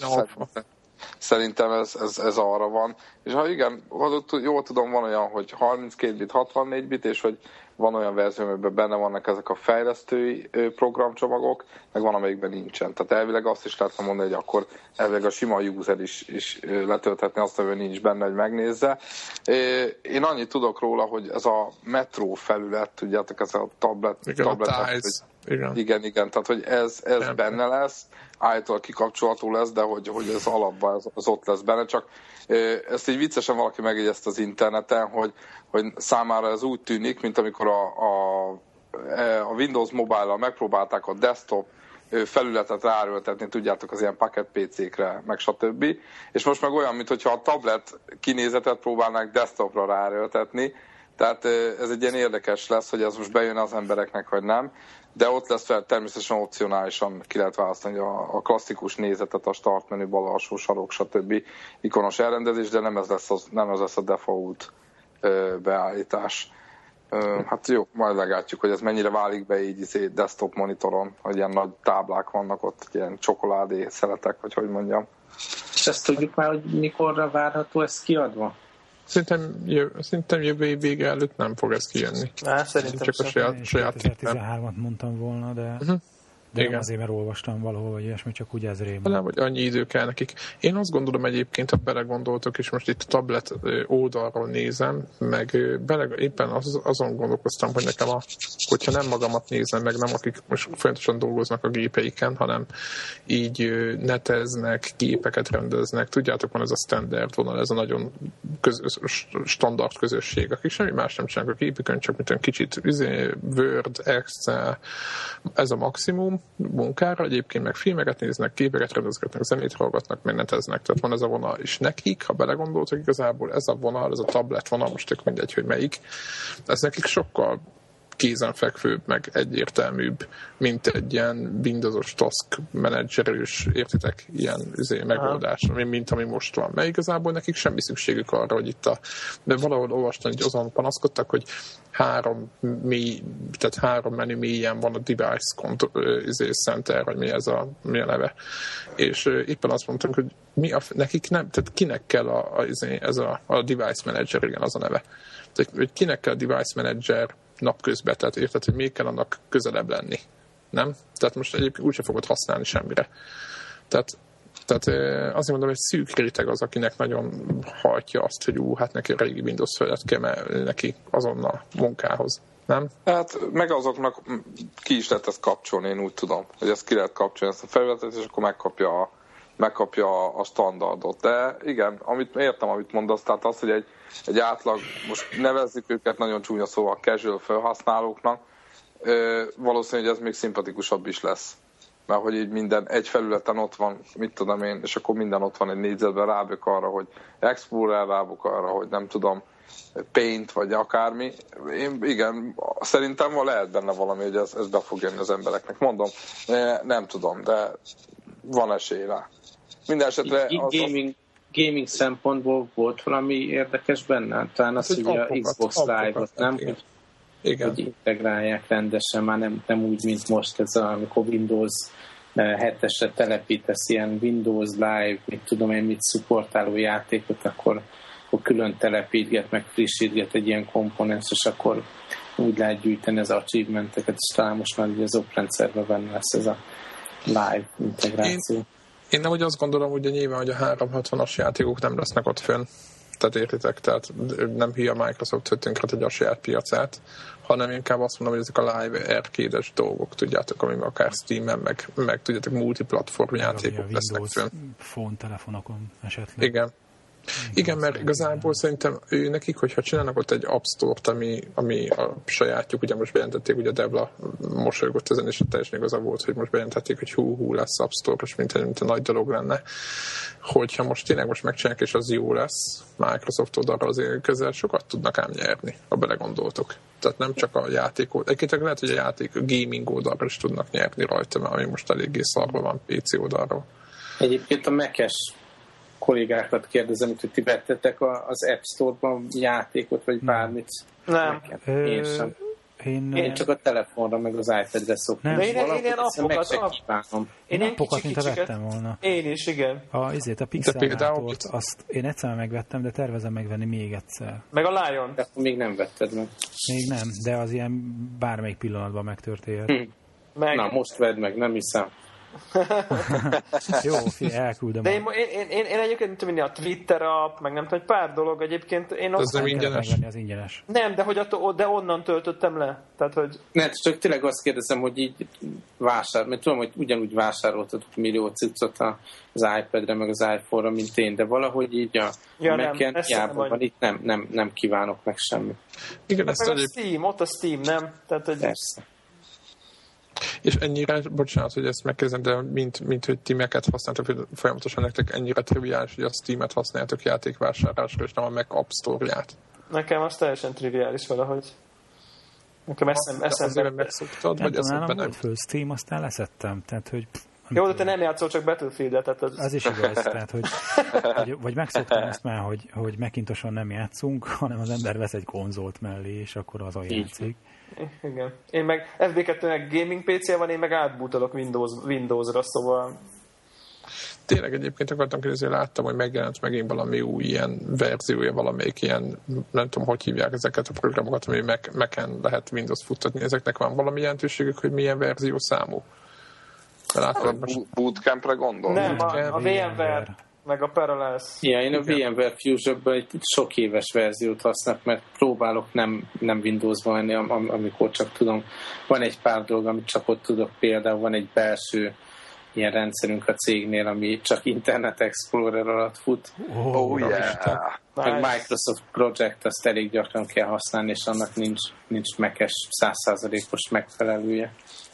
Szerintem ez, ez, ez arra van. És ha igen, jól tudom, van olyan, hogy harminckét bit, hatvannégy bit, és hogy van olyan verzió, amiben benne vannak ezek a fejlesztői programcsomagok, meg van, amelyikben nincsen. Tehát elvileg azt is lehetne mondani, hogy akkor elvileg a sima user is, is letölthetni azt, hogy nincs benne, hogy megnézze. Én annyit tudok róla, hogy ez a Metro felület, tudjátok, ez a tablet... Igen, tablet a Tiles. Igen. igen, igen, tehát hogy ez, ez benne lesz, állítólag kikapcsolható lesz, de hogy, hogy ez alapban az, az ott lesz benne, csak ezt így viccesen valaki megjegyezte az interneten, hogy, hogy számára ez úgy tűnik, mint amikor a, a, a Windows Mobile-al megpróbálták a desktop felületet ráerőltetni, tudjátok, az ilyen paket pé cékre, meg stb. És most meg olyan, mintha a tablet kinézetet próbálnák desktopra ráerőltetni, tehát ez egy ilyen érdekes lesz, hogy ez most bejön az embereknek, vagy nem, de ott lesz fel, természetesen opcionálisan ki lehet választani a, a klasszikus nézetet, a start menü, bal alsó sarok, stb. Ikonos elrendezés, de nem ez lesz, az, nem ez lesz a default ö, beállítás. Ö, hát jó, majd meglátjuk, hogy ez mennyire válik be így desktop monitoron, hogy ilyen nagy táblák vannak ott, ilyen csokoládé szeletek, vagy hogy mondjam. És ezt tudjuk már, hogy mikorra várható ez kiadva? Szerintem, jö, szerintem jövő év vége előtt nem fog ez kijönni. Á, szerintem csak a saját, saját kétezer-tizenhármat mondtam volna, de, uh-huh. de igen. Azért, mert olvastam valahol, vagy ilyesmi, csak úgy ez rémben. Nem, hogy annyi idő kell nekik. Én azt gondolom egyébként, ha belegondoltok, és most itt a tablet oldalról nézem, meg bele, éppen az, azon gondolkoztam, hogy nekem, a, hogyha nem magamat nézem, meg nem akik most folyamatosan dolgoznak a gépeiken, hanem így neteznek, gépeket rendeznek. Tudjátok, van ez a standard vonal, ez a nagyon közös, standard közösség, akik semmi más nem csinálnak a gépükön, csak mint kicsit Word, Excel, ez a maximum munkára, egyébként meg filmeket néznek, képeket rendezgetnek, zenét hallgatnak, meg neteznek. Tehát van ez a vonal. És nekik, ha belegondoltak, igazából ez a vonal, ez a tablet vonal, most tök mindegy, hogy melyik, ez nekik sokkal kézenfekvőbb, meg egyértelműbb, mint egy ilyen Windows-os task menedzserős, értitek, ilyen üzé, megoldás, mint ami most van. Mert igazából nekik semmi szükségük arra, hogy itt a... De valahol olvastam, hogy azon panaszkodtak, hogy három mély, tehát három menü mélyen van a device control, üzé, center, vagy mi ez a, mi a neve. És éppen azt mondtam, hogy mi a, nekik nem, tehát kinek kell a, a, ez a, a device manager, igen, az a neve. Tehát, hogy kinek kell a device manager napközben, tehát érted, hogy még kell annak közelebb lenni. Nem? Tehát most egyébként úgyse fogod használni semmire. Tehát, tehát azért mondom, hogy szűk réteg az, akinek nagyon hajtja azt, hogy ú, hát neki a régi Windows felett kell neki azonnal munkához. Nem? Hát meg azoknak ki is lehet ezt kapcsolni, én úgy tudom, hogy ezt ki lehet kapcsolni, ezt a felületet, és akkor megkapja a, megkapja a standardot. De igen, amit, értem, amit mondasz, tehát az, hogy egy, egy átlag, most nevezzük őket nagyon csúnya szóval casual felhasználóknak, ö, valószínű, hogy ez még szimpatikusabb is lesz. Mert hogy így minden, egy felületen ott van, mit tudom én, és akkor minden ott van egy négyzetben, rábök arra, hogy Explorer, rábök arra, hogy nem tudom, Paint, vagy akármi. Én, igen, szerintem van, lehet benne valami, hogy ez, ez be fog jönni az embereknek. Mondom, nem tudom, de van esély rá. Minden esetre... Az, gaming, gaming szempontból volt valami érdekes benne? Talán az, hogy a Xbox Live-ot, nem? Igen. Hogy, igen. hogy integrálják rendesen, már nem, nem úgy, mint most ez, a, amikor Windows hetesre telepítesz ilyen Windows Live, mit tudom én, mit szupportáló játékot, akkor, akkor külön telepítget, meg frissítget egy ilyen komponens, és akkor úgy lehet gyűjteni az achievementeket, és talán most már az oprendszerben benne lesz ez a live integráció. Én, én nem úgy azt gondolom, hogy nyilván, hogy a háromszázhatvanas játékok nem lesznek ott fönn. Tehát értitek, tehát nem hülye a Microsoft, hogy tönkretegyek a saját piacát, hanem inkább azt mondom, hogy ezek a live arcade-es dolgok, tudjátok, ami akár Steam-en, meg, meg tudjátok, multiplatform játékok lesznek fönn. Phone, telefonokon esetleg. Igen. Igen, mert igazából szerintem ő nekik, hogyha csinálnak ott egy App Store-t, ami, ami a sajátjuk, ugye most bejelentették, ugye Debla mosolygott ezen, és teljesen igaza volt, hogy most bejelentették, hogy hú-hú lesz App Store, és mint, mint a nagy dolog lenne. Hogyha most tényleg most megcsinálják, és az jó lesz, Microsoft oldalra azért közel sokat tudnak ám nyerni, ha belegondoltok. Tehát nem csak a játék, egyébként lehet, hogy a játék a gaming oldalra is tudnak nyerni rajta, mert ami most eléggé szarva van pé cé oldalról. Egyébként a Mac-es kollégákat kérdezem, hogy ti vettetek az App Store-ban játékot, vagy bármit? Nem. Én sem. Én, én csak a telefonra, meg az iPad-re szoktam. Nem, én, én ilyen appokat, app, én appokat, mint vettem volna. Én is, igen. A, izét, a Pixelátort, azt én egyszer megvettem, de tervezem megvenni még egyszer. Meg a Lion. De még nem vetted meg. Még nem, de az ilyen bármelyik pillanatban megtörténhet. Hm. Meg. Na, most vedd meg, nem hiszem. Jó, figyelj, elküldöm. De én, én, én, én egyébként nem tudom, a Twitter app, meg nem tudom, egy pár dolog egyébként. Én az nem ingyenes? Az ingyenes. Nem, de, hogy attól, de onnan töltöttem le. Tehát, hogy... Nem, csak tényleg azt kérdezem, hogy így vásár, mert tudom, hogy ugyanúgy vásároltatok millió cuccot az iPad-re, meg az iPhone-ra, mint én, de valahogy így a, ja, a Mac-en hiába van, itt nem, nem, nem kívánok meg semmit. Igen, ezt meg a Steam, ott a Steam, nem? Tehát, hogy... Persze. És ennyire, bocsánat, hogy ezt megkezdem, de mint, mint hogy ti Mac-et használtok, folyamatosan nektek ennyire triviális, hogy a Steam-et használjátok játékvásárlásra, és nem a Mac App Store-ját. Nekem az teljesen triviális valahogy. Nekem eszem, eszemben megszoktad, vagy eszemben nem? Föl Steam, aztán leszettem, tehát hogy... Jó, de te nem játszol csak Battlefield-et. Tehát az... az is igaz, tehát hogy, hogy vagy megszoktam ezt már, hogy, hogy Macintoson nem játszunk, hanem az ember vesz egy konzolt mellé, és akkor azon játszik. Igen. Én meg ef bé kettőnek gaming pé cé van, én meg átbútolok Windows, Windowsra, szóval... Tényleg egyébként akartam kérdezni, láttam, hogy megjelent megint valami új ilyen verziója, valamelyik ilyen, nem tudom, hogy hívják ezeket a programokat, ami Mac-en lehet Windows futtatni. Ezeknek van valami jelentőségük, hogy milyen verzió számú? A Bootcampre gondol? Nem, a, a VMware, meg a Parallels. Ja, én a VMware Fusion-ben egy sok éves verziót használok, mert próbálok nem, nem Windowsban menni, am, amikor csak tudom. Van egy pár dolog, amit csak ott tudok, például van egy belső ilyen rendszerünk a cégnél, ami csak Internet Explorer alatt fut. Oh, oh yeah! Meg Microsoft Project, azt elég gyakran kell használni, és annak nincs, nincs Mac-es száz százalékos megfelelője.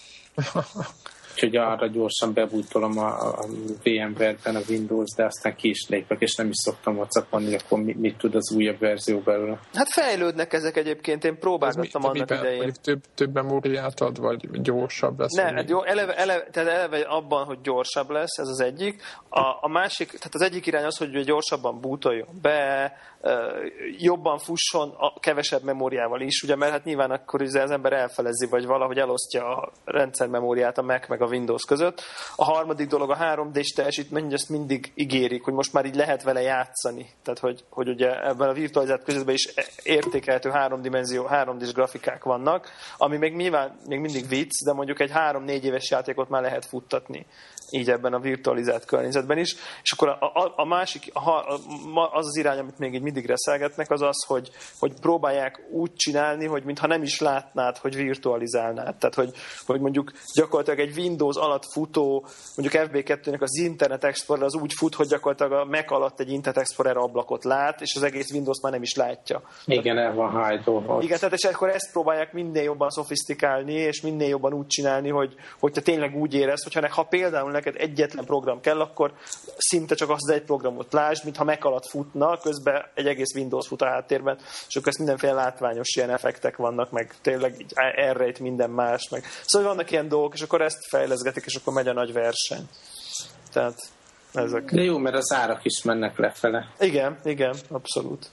Úgyhogy arra gyorsan bebútolom a, a VMware-ben a Windows, de aztán ki is lépek, és nem is szoktam WhatsApp-olni, akkor mit, mit tud az újabb verzió belőle. Hát fejlődnek ezek egyébként, én próbálgattam annak miben, idején. Több, több memóriát ad, vagy gyorsabb lesz? Ne, hát jó, eleve, eleve, tehát eleve abban, hogy gyorsabb lesz, ez az egyik. A, a másik, tehát az egyik irány az, hogy gyorsabban bootoljon be, jobban fusson a kevesebb memóriával is, ugye, mert hát nyilván akkor az ember elfelezi, vagy valahogy elosztja a rendszermemóriát a Mac meg a Windows között. A harmadik dolog a három dés teljesítmény, ezt mindig ígérik, hogy most már így lehet vele játszani. Tehát, hogy, hogy ugye ebben a virtualizált közöttben is értékelhető háromdimenzió, három dés grafikák vannak, ami még nyilván még mindig vicc, de mondjuk egy három-négy éves játékot már lehet futtatni így ebben a virtualizált környezetben is. És akkor a, a, a másik, a, a, az az irány, amit még így mindig reszelgetnek, az az, hogy, hogy próbálják úgy csinálni, hogy mintha nem is látnád, hogy virtualizálnád. Tehát, hogy, hogy mondjuk gyakorlatilag egy Windows alatt futó, mondjuk ef bé kettőnek az Internet Explorer az úgy fut, hogy gyakorlatilag a Mac alatt egy Internet Explorer ablakot lát, és az egész Windows már nem is látja. Igen, el van hide-olva. Igen, tehát és akkor ezt próbálják minél jobban szofisztikálni, és minél jobban úgy csinálni, hogy, hogy te tényleg úgy érez, hogyha ha például neked egyetlen program kell, akkor szinte csak azt az egy programot lásd, mintha Mac alatt futna, közben egy egész Windows fut a háttérben, és akkor ezt mindenféle látványos ilyen effektek vannak, meg tényleg elrejt minden más, meg szóval vannak ilyen dolgok, és akkor ezt fejleszgetik, és akkor megy a nagy verseny. Tehát ezek. De jó, mert az árak is mennek lefele. Igen, igen, abszolút.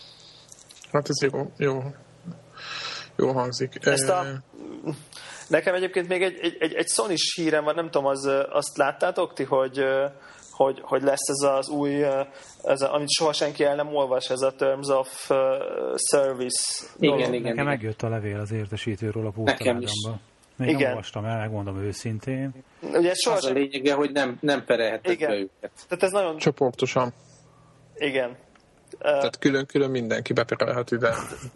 Hát ez jó, jó, jó hangzik. Ezt a... Nekem egyébként még egy, egy, egy Sony-s hírem van, nem tudom, az, azt láttátok ti, hogy, hogy, hogy lesz ez az új, ez a, amit soha senki el nem olvas, ez a Terms of Service. Igen, dolog. igen. Nekem megjött a levél az értesítőről a póstaládomban. Még igen. nem olvastam el, megmondom őszintén. Ugye soha az a lényege, hogy nem, nem perelhetek be őket. Tehát ez nagyon... Csoportosan. Igen. Tehát külön-külön mindenki beperelhet ide.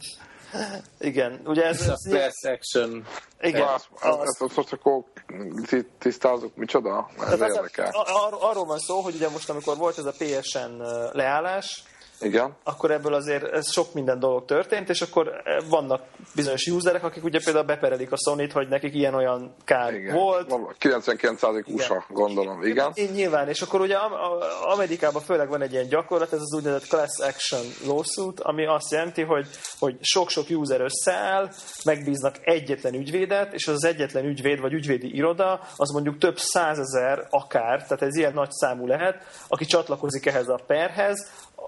Igen, ugye ez... ez a class action. Igen. Az, az, az, az most akkor tisztázunk, micsoda? Ez érdekel. Ar- arról van szó, hogy ugye most, amikor volt ez a pé es en leállás, igen. akkor ebből azért ez sok minden dolog történt, és akkor vannak bizonyos userek, akik ugye például beperelik a Sony-t, hogy nekik ilyen-olyan kár igen. volt. kilencvenkilenc százalék u es á, gondolom, igen. Én nyilván, és akkor ugye Amerikában főleg van egy ilyen gyakorlat, ez az úgynevezett class action lawsuit, ami azt jelenti, hogy, hogy sok-sok user összeáll, megbíznak egyetlen ügyvédet, és az, az egyetlen ügyvéd vagy ügyvédi iroda, az mondjuk több százezer akár, tehát ez ilyen nagy számú lehet, aki csatlakozik ehhez a perhez,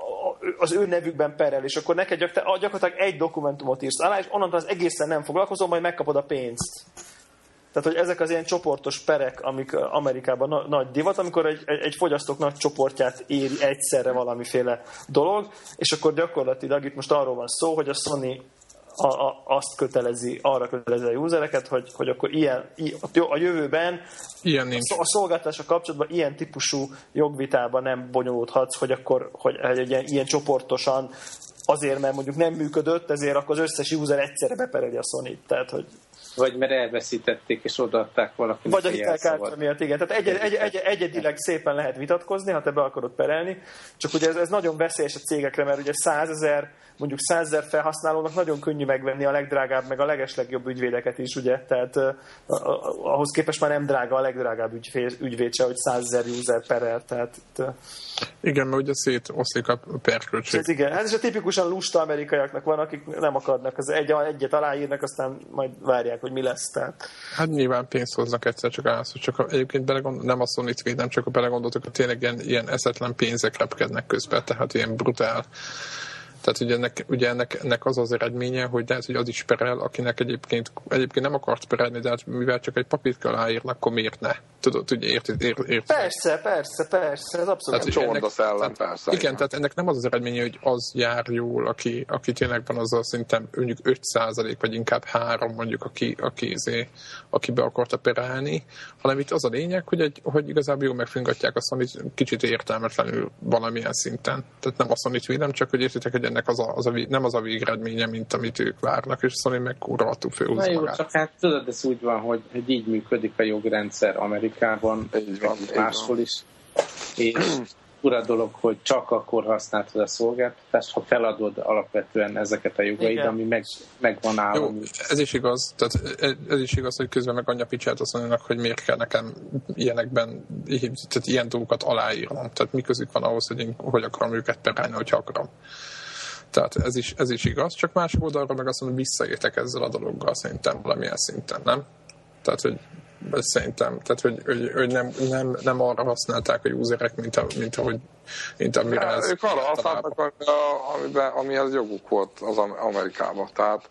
az ő nevükben perel, és akkor neked gyakorlatilag egy dokumentumot írsz alá, és onnantól az egészen nem foglalkozom, majd megkapod a pénzt. Tehát, hogy ezek az ilyen csoportos perek, amik Amerikában na- nagy divat, amikor egy, egy fogyasztók nagy csoportját éri egyszerre valamiféle dolog, és akkor gyakorlatilag itt most arról van szó, hogy a Sony a, a, azt kötelezi, arra kötelezi a usereket, hogy, hogy akkor ilyen, a jövőben ilyen nincs. A szolgáltatással kapcsolatban ilyen típusú jogvitában nem bonyolódhatsz, hogy akkor hogy egy ilyen, ilyen csoportosan azért, mert mondjuk nem működött, ezért akkor az összes user egyszerre bepereli a Sony-t. Tehát, hogy vagy mert elveszítették és odaadták valakinek. Vagy a hitelkártya miatt, igen. Tehát egy, egy, egy, egyedileg szépen lehet vitatkozni, ha te be akarod perelni, csak ugye ez, ez nagyon veszélyes a cégekre, mert ugye százezer, mondjuk százezer felhasználónak nagyon könnyű megvenni a legdrágább, meg a legeslegjobb ügyvédeket is, ugye? Tehát uh, ahhoz képest már nem drága a legdrágább ügyvéd, ügyvéd se, hogy százezer user perel. Tehát, uh, igen, mert ugye szétoszlik a perköltség. Ez igen, ez is a tipikusan lusta amerikaiaknak van, akik nem akarnak, az egy, egyet aláírnak, aztán majd várják, hogy mi lesz. Tehát. Hát nyilván pénzt hoznak egyszer, csak állsz, csak a, egyébként belegondol, nem a Sony-t védem, csak a belegondoltok, hogy tényleg ilyen, ilyen eszetlen pénzek repkednek közben, tehát ilyen brutál. Tehát ugye ennek, ugye ennek, ennek az az eredménye, hogy lehet, hogy az is perel, akinek egyébként, egyébként nem akart perelni, de hát mivel csak egy papírt kell aláírnak, akkor miért ne? Tudod, ugye érted? Ért, ért, persze, persze, persze, ez abszolút. Tehát ennek, szellem, tehát, persze. Igen, igen, tehát ennek nem az az eredménye, hogy az jár jól, aki, aki tényleg van az a szinten mondjuk öt százalék, vagy inkább három mondjuk, aki, aki, aki, aki be akarta perelni, hanem itt az a lényeg, hogy, egy, hogy igazából jól megfingatják a Sony-t kicsit értelmetlenül valamilyen szinten. Tehát nem a Sony-t védem, csak hogy értitek, hogy ennek az a, az a, nem az a végeredménye, mint amit ők várnak, és Sony meg kurva főhúzza magát. Jó, csak hát tudod, ez úgy van, hogy, hogy így működik a jogrendszer Amerikában, így van, máshol is. És ura dolog, hogy csak akkor használtad a szolgáltatást, ha feladod alapvetően ezeket a jogaid, ami meg, meg van állom. Jó, ez is igaz, tehát ez is igaz, hogy közben meg anyja picsát azt mondanak, hogy miért kell nekem ilyenekben, tehát ilyen dolgokat aláírnom. Tehát mi közük van ahhoz, hogy én hogy akarom őket perelni, hogyha akarom. Tehát ez is, ez is igaz, csak másik oldalra meg azt mondom, hogy visszaértek ezzel a dologgal szerintem valamilyen szinten, nem? Tehát, hogy szerintem, tehát, hogy, hogy, hogy nem, nem, nem arra használták a userek, mint, a, mint ahogy mint amire ez... Ők arra használtak, amiben, amihez joguk volt az Amerikában, tehát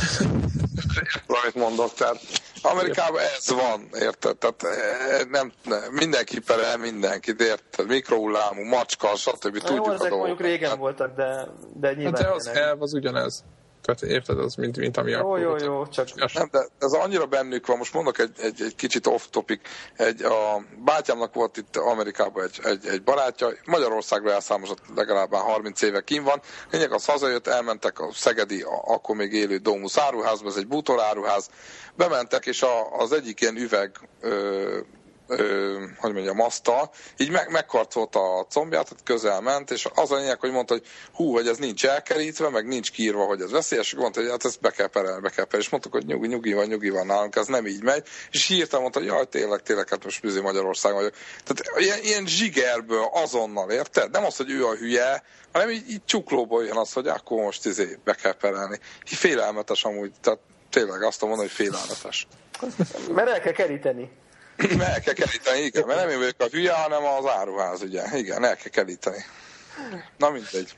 amit mondok, tehát Amerikában ez van, érted? Tehát nem, nem, mindenki perel mindenkit, érted? Mikrohullámú, macska, stb. Na Tudjuk jó, a ezek dolgokat. mondjuk régen voltak, de, de nyilván... Hát de az elv az ugyanez. Tehát érted, az, mint, mint ami jó, akkor... Jó, jó, jó, csak... Nem, de ez annyira bennük van, most mondok egy, egy, egy kicsit off-topic. Egy, a bátyámnak volt itt Amerikában egy, egy, egy barátja, Magyarországra elszámozott legalább harminc éve kín van. Lényeg az hazajött, elmentek a szegedi, a, akkor még élő Domus áruházba, ez egy bútoráruház. Bementek, és a, az egyik ilyen üveg... Ö, Ö, hogy mondjam, asztal, így meg, megkarcolta a combját, tehát közel ment, és az a lényeg, hogy mondta, hogy hú, hogy ez nincs elkerítve, meg nincs kiírva, hogy ez veszélyes, és mondta, hogy hát ezt be kell perelni, be kell perelni, és mondtuk, hogy nyugi, nyugi van, nyugi van nálunk, ez nem így megy, és hirtelen mondta, hogy jaj, tényleg, tényleg, hát most bizony Magyarországon vagyok. Tehát ilyen, ilyen zsigerből azonnal, érted? Nem az, hogy ő a hülye, hanem így, így csuklóból jön az, hogy akkor most izé be kell perelni. Így félelmetes amúgy, tehát tényleg azt mondom, hogy félelmetes. Mert el kell keríteni. El kell keríteni, igen, mert nem én vagyok a hülye, hanem az áruház, ugye. Igen, el kell keríteni. Na mindegy.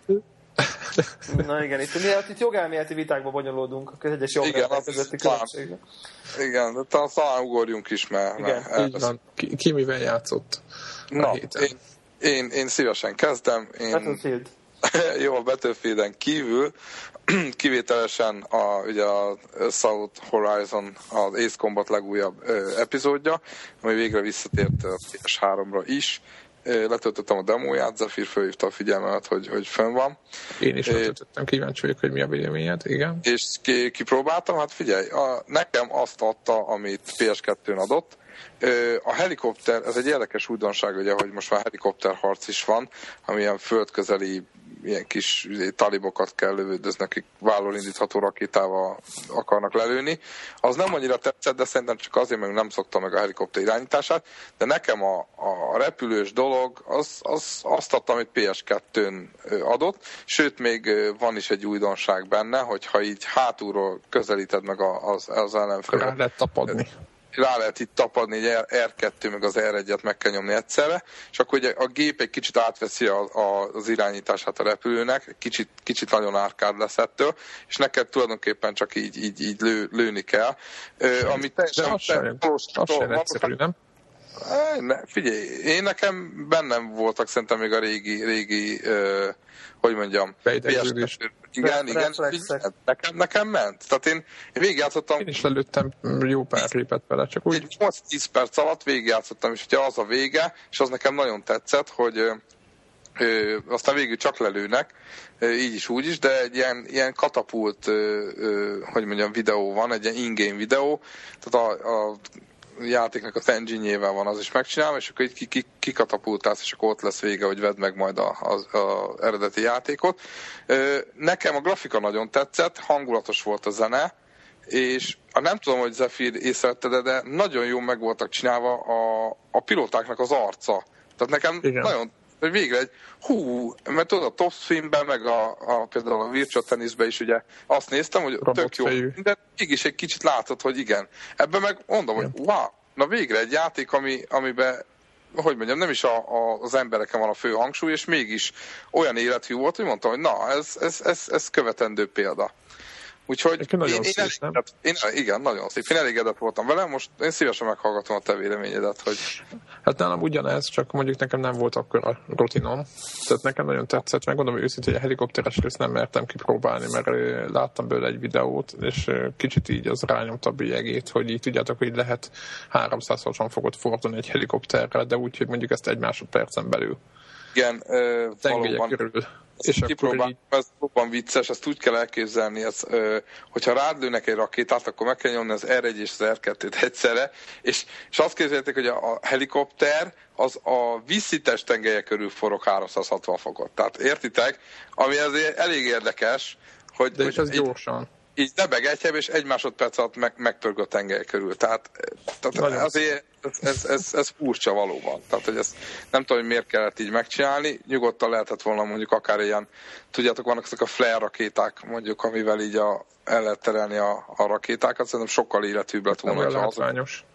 Na igen, itt, miért, itt jogelméleti vitákba bonyolódunk a egyes jogrendek közötti különbségre. Igen, de talán, talán ugorjunk is, mert... Igen. mert így van. Ki, ki mivel játszott Na, én, én, én szívesen kezdem. Én... Battlefield. Jó, a Battlefielden kívül kivételesen a, ugye a South Horizon, az Ace Combat legújabb ö, epizódja, ami végre visszatért a pé es háromra is. letöltöttem a demóját, Zephyr felhívta a figyelmemet, hogy, hogy fönn van. Én is letöltöttem, kíváncsi vagyok, hogy mi a véleményed, igen. És kipróbáltam, hát figyelj, a, nekem azt adta, amit pé es kettőn adott. A helikopter, ez egy érdekes újdonság, ugye, hogy most már helikopterharc is van, ami ilyen földközeli, ilyen kis talibokat kell lövöldözni, akik vállal indítható rakétával akarnak lelőni. Az nem annyira tetszett, de szerintem csak azért, mert nem szoktam meg a helikopter irányítását, de nekem a, a repülős dolog az, az azt adta, amit pé es kettőn adott, sőt, még van is egy újdonság benne, hogyha így hátulról közelíted meg az, az ellenfélet. Rá lehet tapadni. Rá lehet itt tapadni, egy er kettő meg az er egyet meg kell nyomni egyszerre, és akkor ugye a gép egy kicsit átveszi a, a, az irányítását a repülőnek, kicsit, kicsit nagyon árkád lesz ettől, és neked tulajdonképpen csak így, így, így lő, lőni kell. Ö, ami teljesen... De az sem, az sem egyszerű, nem? Ne, figyelj, én nekem bennem voltak szerintem még a régi, régi ö, hogy mondjam, beidegződés. Igen, igen, nekem, nekem ment. Tehát én, én végigjátszottam... Én is lelőttem jó pár répet vele, csak úgy... Egy nyolc-tíz perc alatt végigjátszottam, és ugye az a vége, és az nekem nagyon tetszett, hogy ö, ö, aztán végül csak lelőnek, ö, így is, úgy is, de egy ilyen, ilyen katapult, ö, ö, hogy mondjam, videó van, egy ilyen in-game videó, tehát a, a játéknak az engine-jével van az is megcsinálva, és akkor így kikatapultálsz, és akkor ott lesz vége, hogy vedd meg majd az eredeti játékot. Nekem a grafika nagyon tetszett, hangulatos volt a zene, és nem tudom, hogy Zephyr észrevetted, de nagyon jól meg voltak csinálva a, a pilótáknak az arca. Tehát nekem igen. Nagyon, hogy végre egy hú, mert tudod, a Top Spinben, meg a, a, például a Virtua Tennisben is ugye azt néztem, hogy robot tök jó, de mégis egy kicsit látod, hogy igen. Ebben meg mondom, igen. Hogy wow, na végre egy játék, ami, amiben, hogy mondjam, nem is a, a, az embereken van a fő hangsúly, és mégis olyan élethű volt, hogy mondtam, hogy na, ez, ez, ez, ez követendő példa. Úgyhogy én, nagyon én, szép, elégedett, én, igen, nagyon szép. Én elégedett voltam vele, most én szívesen meghallgatom a te véleményedet, hogy... Hát nálam ugyanez, csak mondjuk nekem nem volt akkor a rutinom. Tehát nekem nagyon tetszett, megmondom őszintén, hogy a helikopteres részt nem mertem kipróbálni, mert láttam belőle egy videót, és kicsit így az rányomta a bélyegét, hogy így tudjátok, hogy lehet háromszázhatvan fokot fordulni egy helikopterrel, de úgy, hogy mondjuk ezt egy másodpercen belül. Igen, valóban. Körül. És kipróbálom, így... ez jobban vicces, ezt úgy kell elképzelni, ez, ö, hogyha rád lőnek egy rakétát, akkor meg kell nyomni az er egy és az er kettőt egyszerre, és, és azt képzeljétek, hogy a, a helikopter az a vízszintes tengelye körül forog háromszázhatvan fokot. Tehát értitek? Ami azért elég érdekes, hogy... De és ez így, gyorsan. Így debeg egy hely, és egy másodperc alatt meg, megpörg a tengely körül. Tehát, tehát azért ez, ez, ez, ez furcsa valóban. Tehát, hogy ezt nem tudom, hogy miért kellett így megcsinálni. Nyugodtan lehetett volna mondjuk akár ilyen, tudjátok, vannak ezek a flare rakéták, mondjuk, amivel így a, el lehet terelni a, a rakétákat. Szerintem sokkal életűbb lett volna. Nem látványos.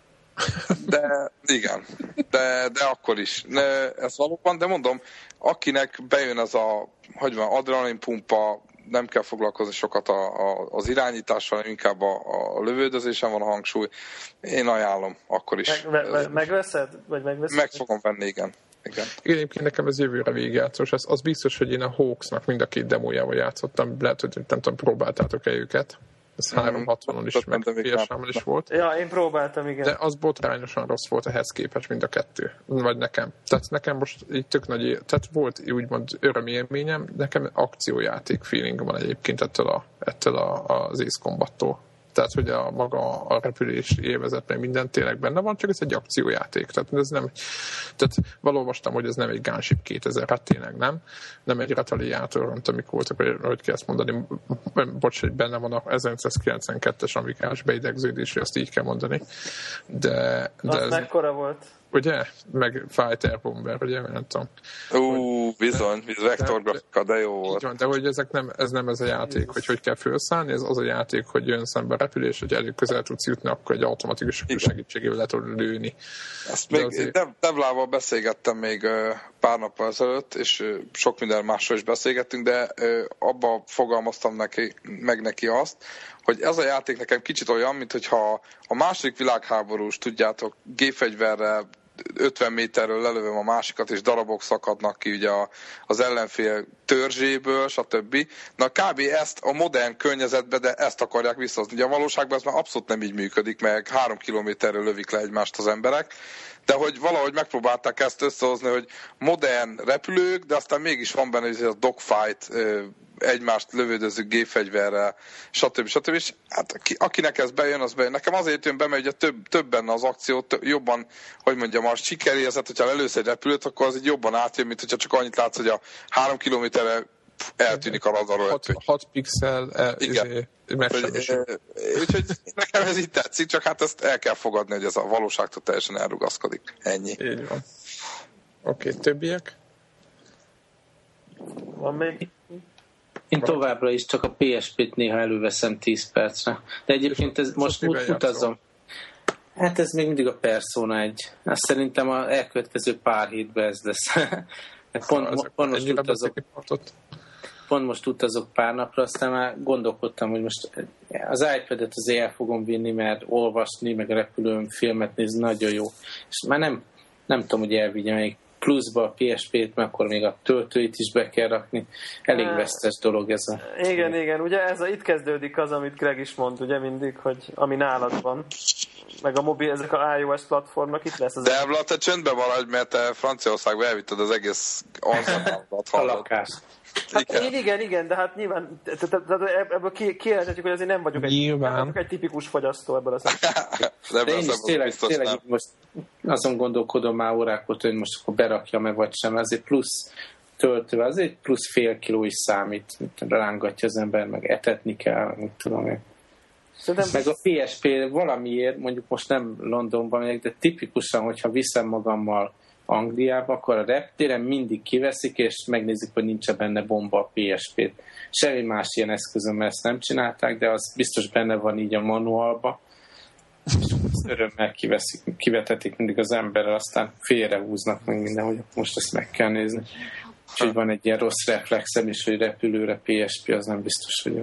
De igen, de, de akkor is. De, ez valóban, de mondom, akinek bejön ez a, hogy van, adrenalinpumpa, nem kell foglalkozni sokat a, a, az irányítással, inkább a, a lövöldözésen van a hangsúly. Én ajánlom akkor is. Meg, me, megveszed? Vagy megveszed? Meg fogom venni, igen. Igen. Igen, egyébként nekem ez jövőre végigjátszós. Az, az biztos, hogy én a Hawksnak mind a két demójával játszottam. Lehet, hogy nem tudom, próbáltátok-e őket. Ez mm, háromszázhatvanon is, meg pé es hámon is volt. Ja, én próbáltam, igen. De az botrányosan rossz volt ehhez képest, mind a kettő. Vagy nekem. Tehát nekem most így tök nagy, tehát volt úgymond örömélményem, nekem akciójáték feeling van egyébként ettől, a, ettől a, az Ace Combattól. Tehát, hogy a maga a repülés élvezet, meg minden tényleg benne van, csak ez egy akciójáték. Tehát ez nem, tehát valóstam, hogy ez nem egy Gunship kétezer, hát tényleg nem. Nem egy retaliátor, mint amik voltak, hogy, hogy kell ezt mondani, bocs, hogy benne van a ezernyolcszázkilencvenkettes amikás beidegződés, ezt így kell mondani. De, de az ez, mekkora volt? Ugye? Meg Fighter Bomber, ugye? Nem tudom. Ú, bizony, vektorgrafika, de jó volt. Van, de hogy ezek nem, ez nem ez a játék, hogy hogy kell felszállni, ez az a játék, hogy jön szembe a repülés, hogy elég közel tudsz jutni, akkor egy automatikus segítségével lehet lőni. Ezt még azért... Devlával beszélgettem még pár nappal ezelőtt, és sok minden másról is beszélgettünk, de abba fogalmaztam neki, meg neki azt, hogy ez a játék nekem kicsit olyan, mint hogyha a második világháborús, tudjátok, gépfegyverrel ötven méterről lelövöm a másikat, és darabok szakadnak ki ugye az ellenfél törzséből, stb. Na kb. Ezt a modern környezetben, de ezt akarják visszahozni. Ugye a valóságban ez már abszolút nem így működik, meg három kilométerről lövik le egymást az emberek, de hogy valahogy megpróbálták ezt összehozni, hogy modern repülők, de aztán mégis van benne ez a dogfight, egymást lövöldöző gépfegyverrel, stb. stb. És hát akinek ez bejön, az bejön. Nekem azért jön be, mert ugye több, több benne az akció, több, jobban, hogy mondjam, a sikerérzet, hogyha lelősz egy repülőt, akkor az így jobban átjön, mint hogyha csak annyit látsz, hogy a három kilométerre eltűnik a radarról. hat pixel e, igen. Úgyhogy nekem ez így tetszik, csak hát ezt el kell fogadni, hogy ez a valóságtól teljesen elrugaszkodik. Ennyi. Így van. Oké, okay, többiek? Van még? Én továbbra is csak a pé es pét néha előveszem tíz percre. De egyébként ez most ut- utazom. Hát ez még mindig a Persona egy. Azt szerintem az elkövetkező pár hétben ez lesz. pont, Ezek pont, most utazok, pont most utazok pár napra, aztán már gondolkodtam, hogy most az iPad-et azért el fogom vinni, mert olvasni, meg a repülőn filmet nézni nagyon jó. És már nem, nem tudom, hogy elvigyem még pluszba a pé es pét, mert akkor még a töltőit is be kell rakni. Elég vesztes dolog ez a... Igen, igen. Ugye ez a, itt kezdődik az, amit Greg is mond, ugye mindig, hogy ami nálad van. Meg a mobil, ezek a iOS platformok, itt lesz az... De Evla, te csöndbe maradj, mert te Franciaországba elvitted az egész arzenállat. A lakás. Hát igen. Én igen, igen, de hát nyilván ebből kijelenthetjük, hogy azért nem vagyok egy, nem vagyok egy tipikus fogyasztó ebből a szempontból. De én is tényleg, tényleg most azon gondolkodom már órákot, hogy most akkor berakjam-e vagy sem, azért plusz töltő, azért plusz fél kiló is számít, rángatja az ember, meg etetni kell, mit tudom én. Szerintem... Meg a pé es pé valamiért, mondjuk most nem Londonban megyek, de tipikusan, hogyha viszem magammal Angliába, akkor a reptéren mindig kiveszik, és megnézik, hogy nincs benne bomba a pé es pét. Semmi más ilyen eszközömmel ezt nem csinálták, de az biztos benne van így a manualba. Örömmel kiveszik, kivetetik mindig az emberrel, aztán félrehúznak meg minden, hogy most ezt meg kell nézni. Úgyhogy van egy ilyen rossz reflexem is, hogy repülőre pé es pé, az nem biztos, hogy jó.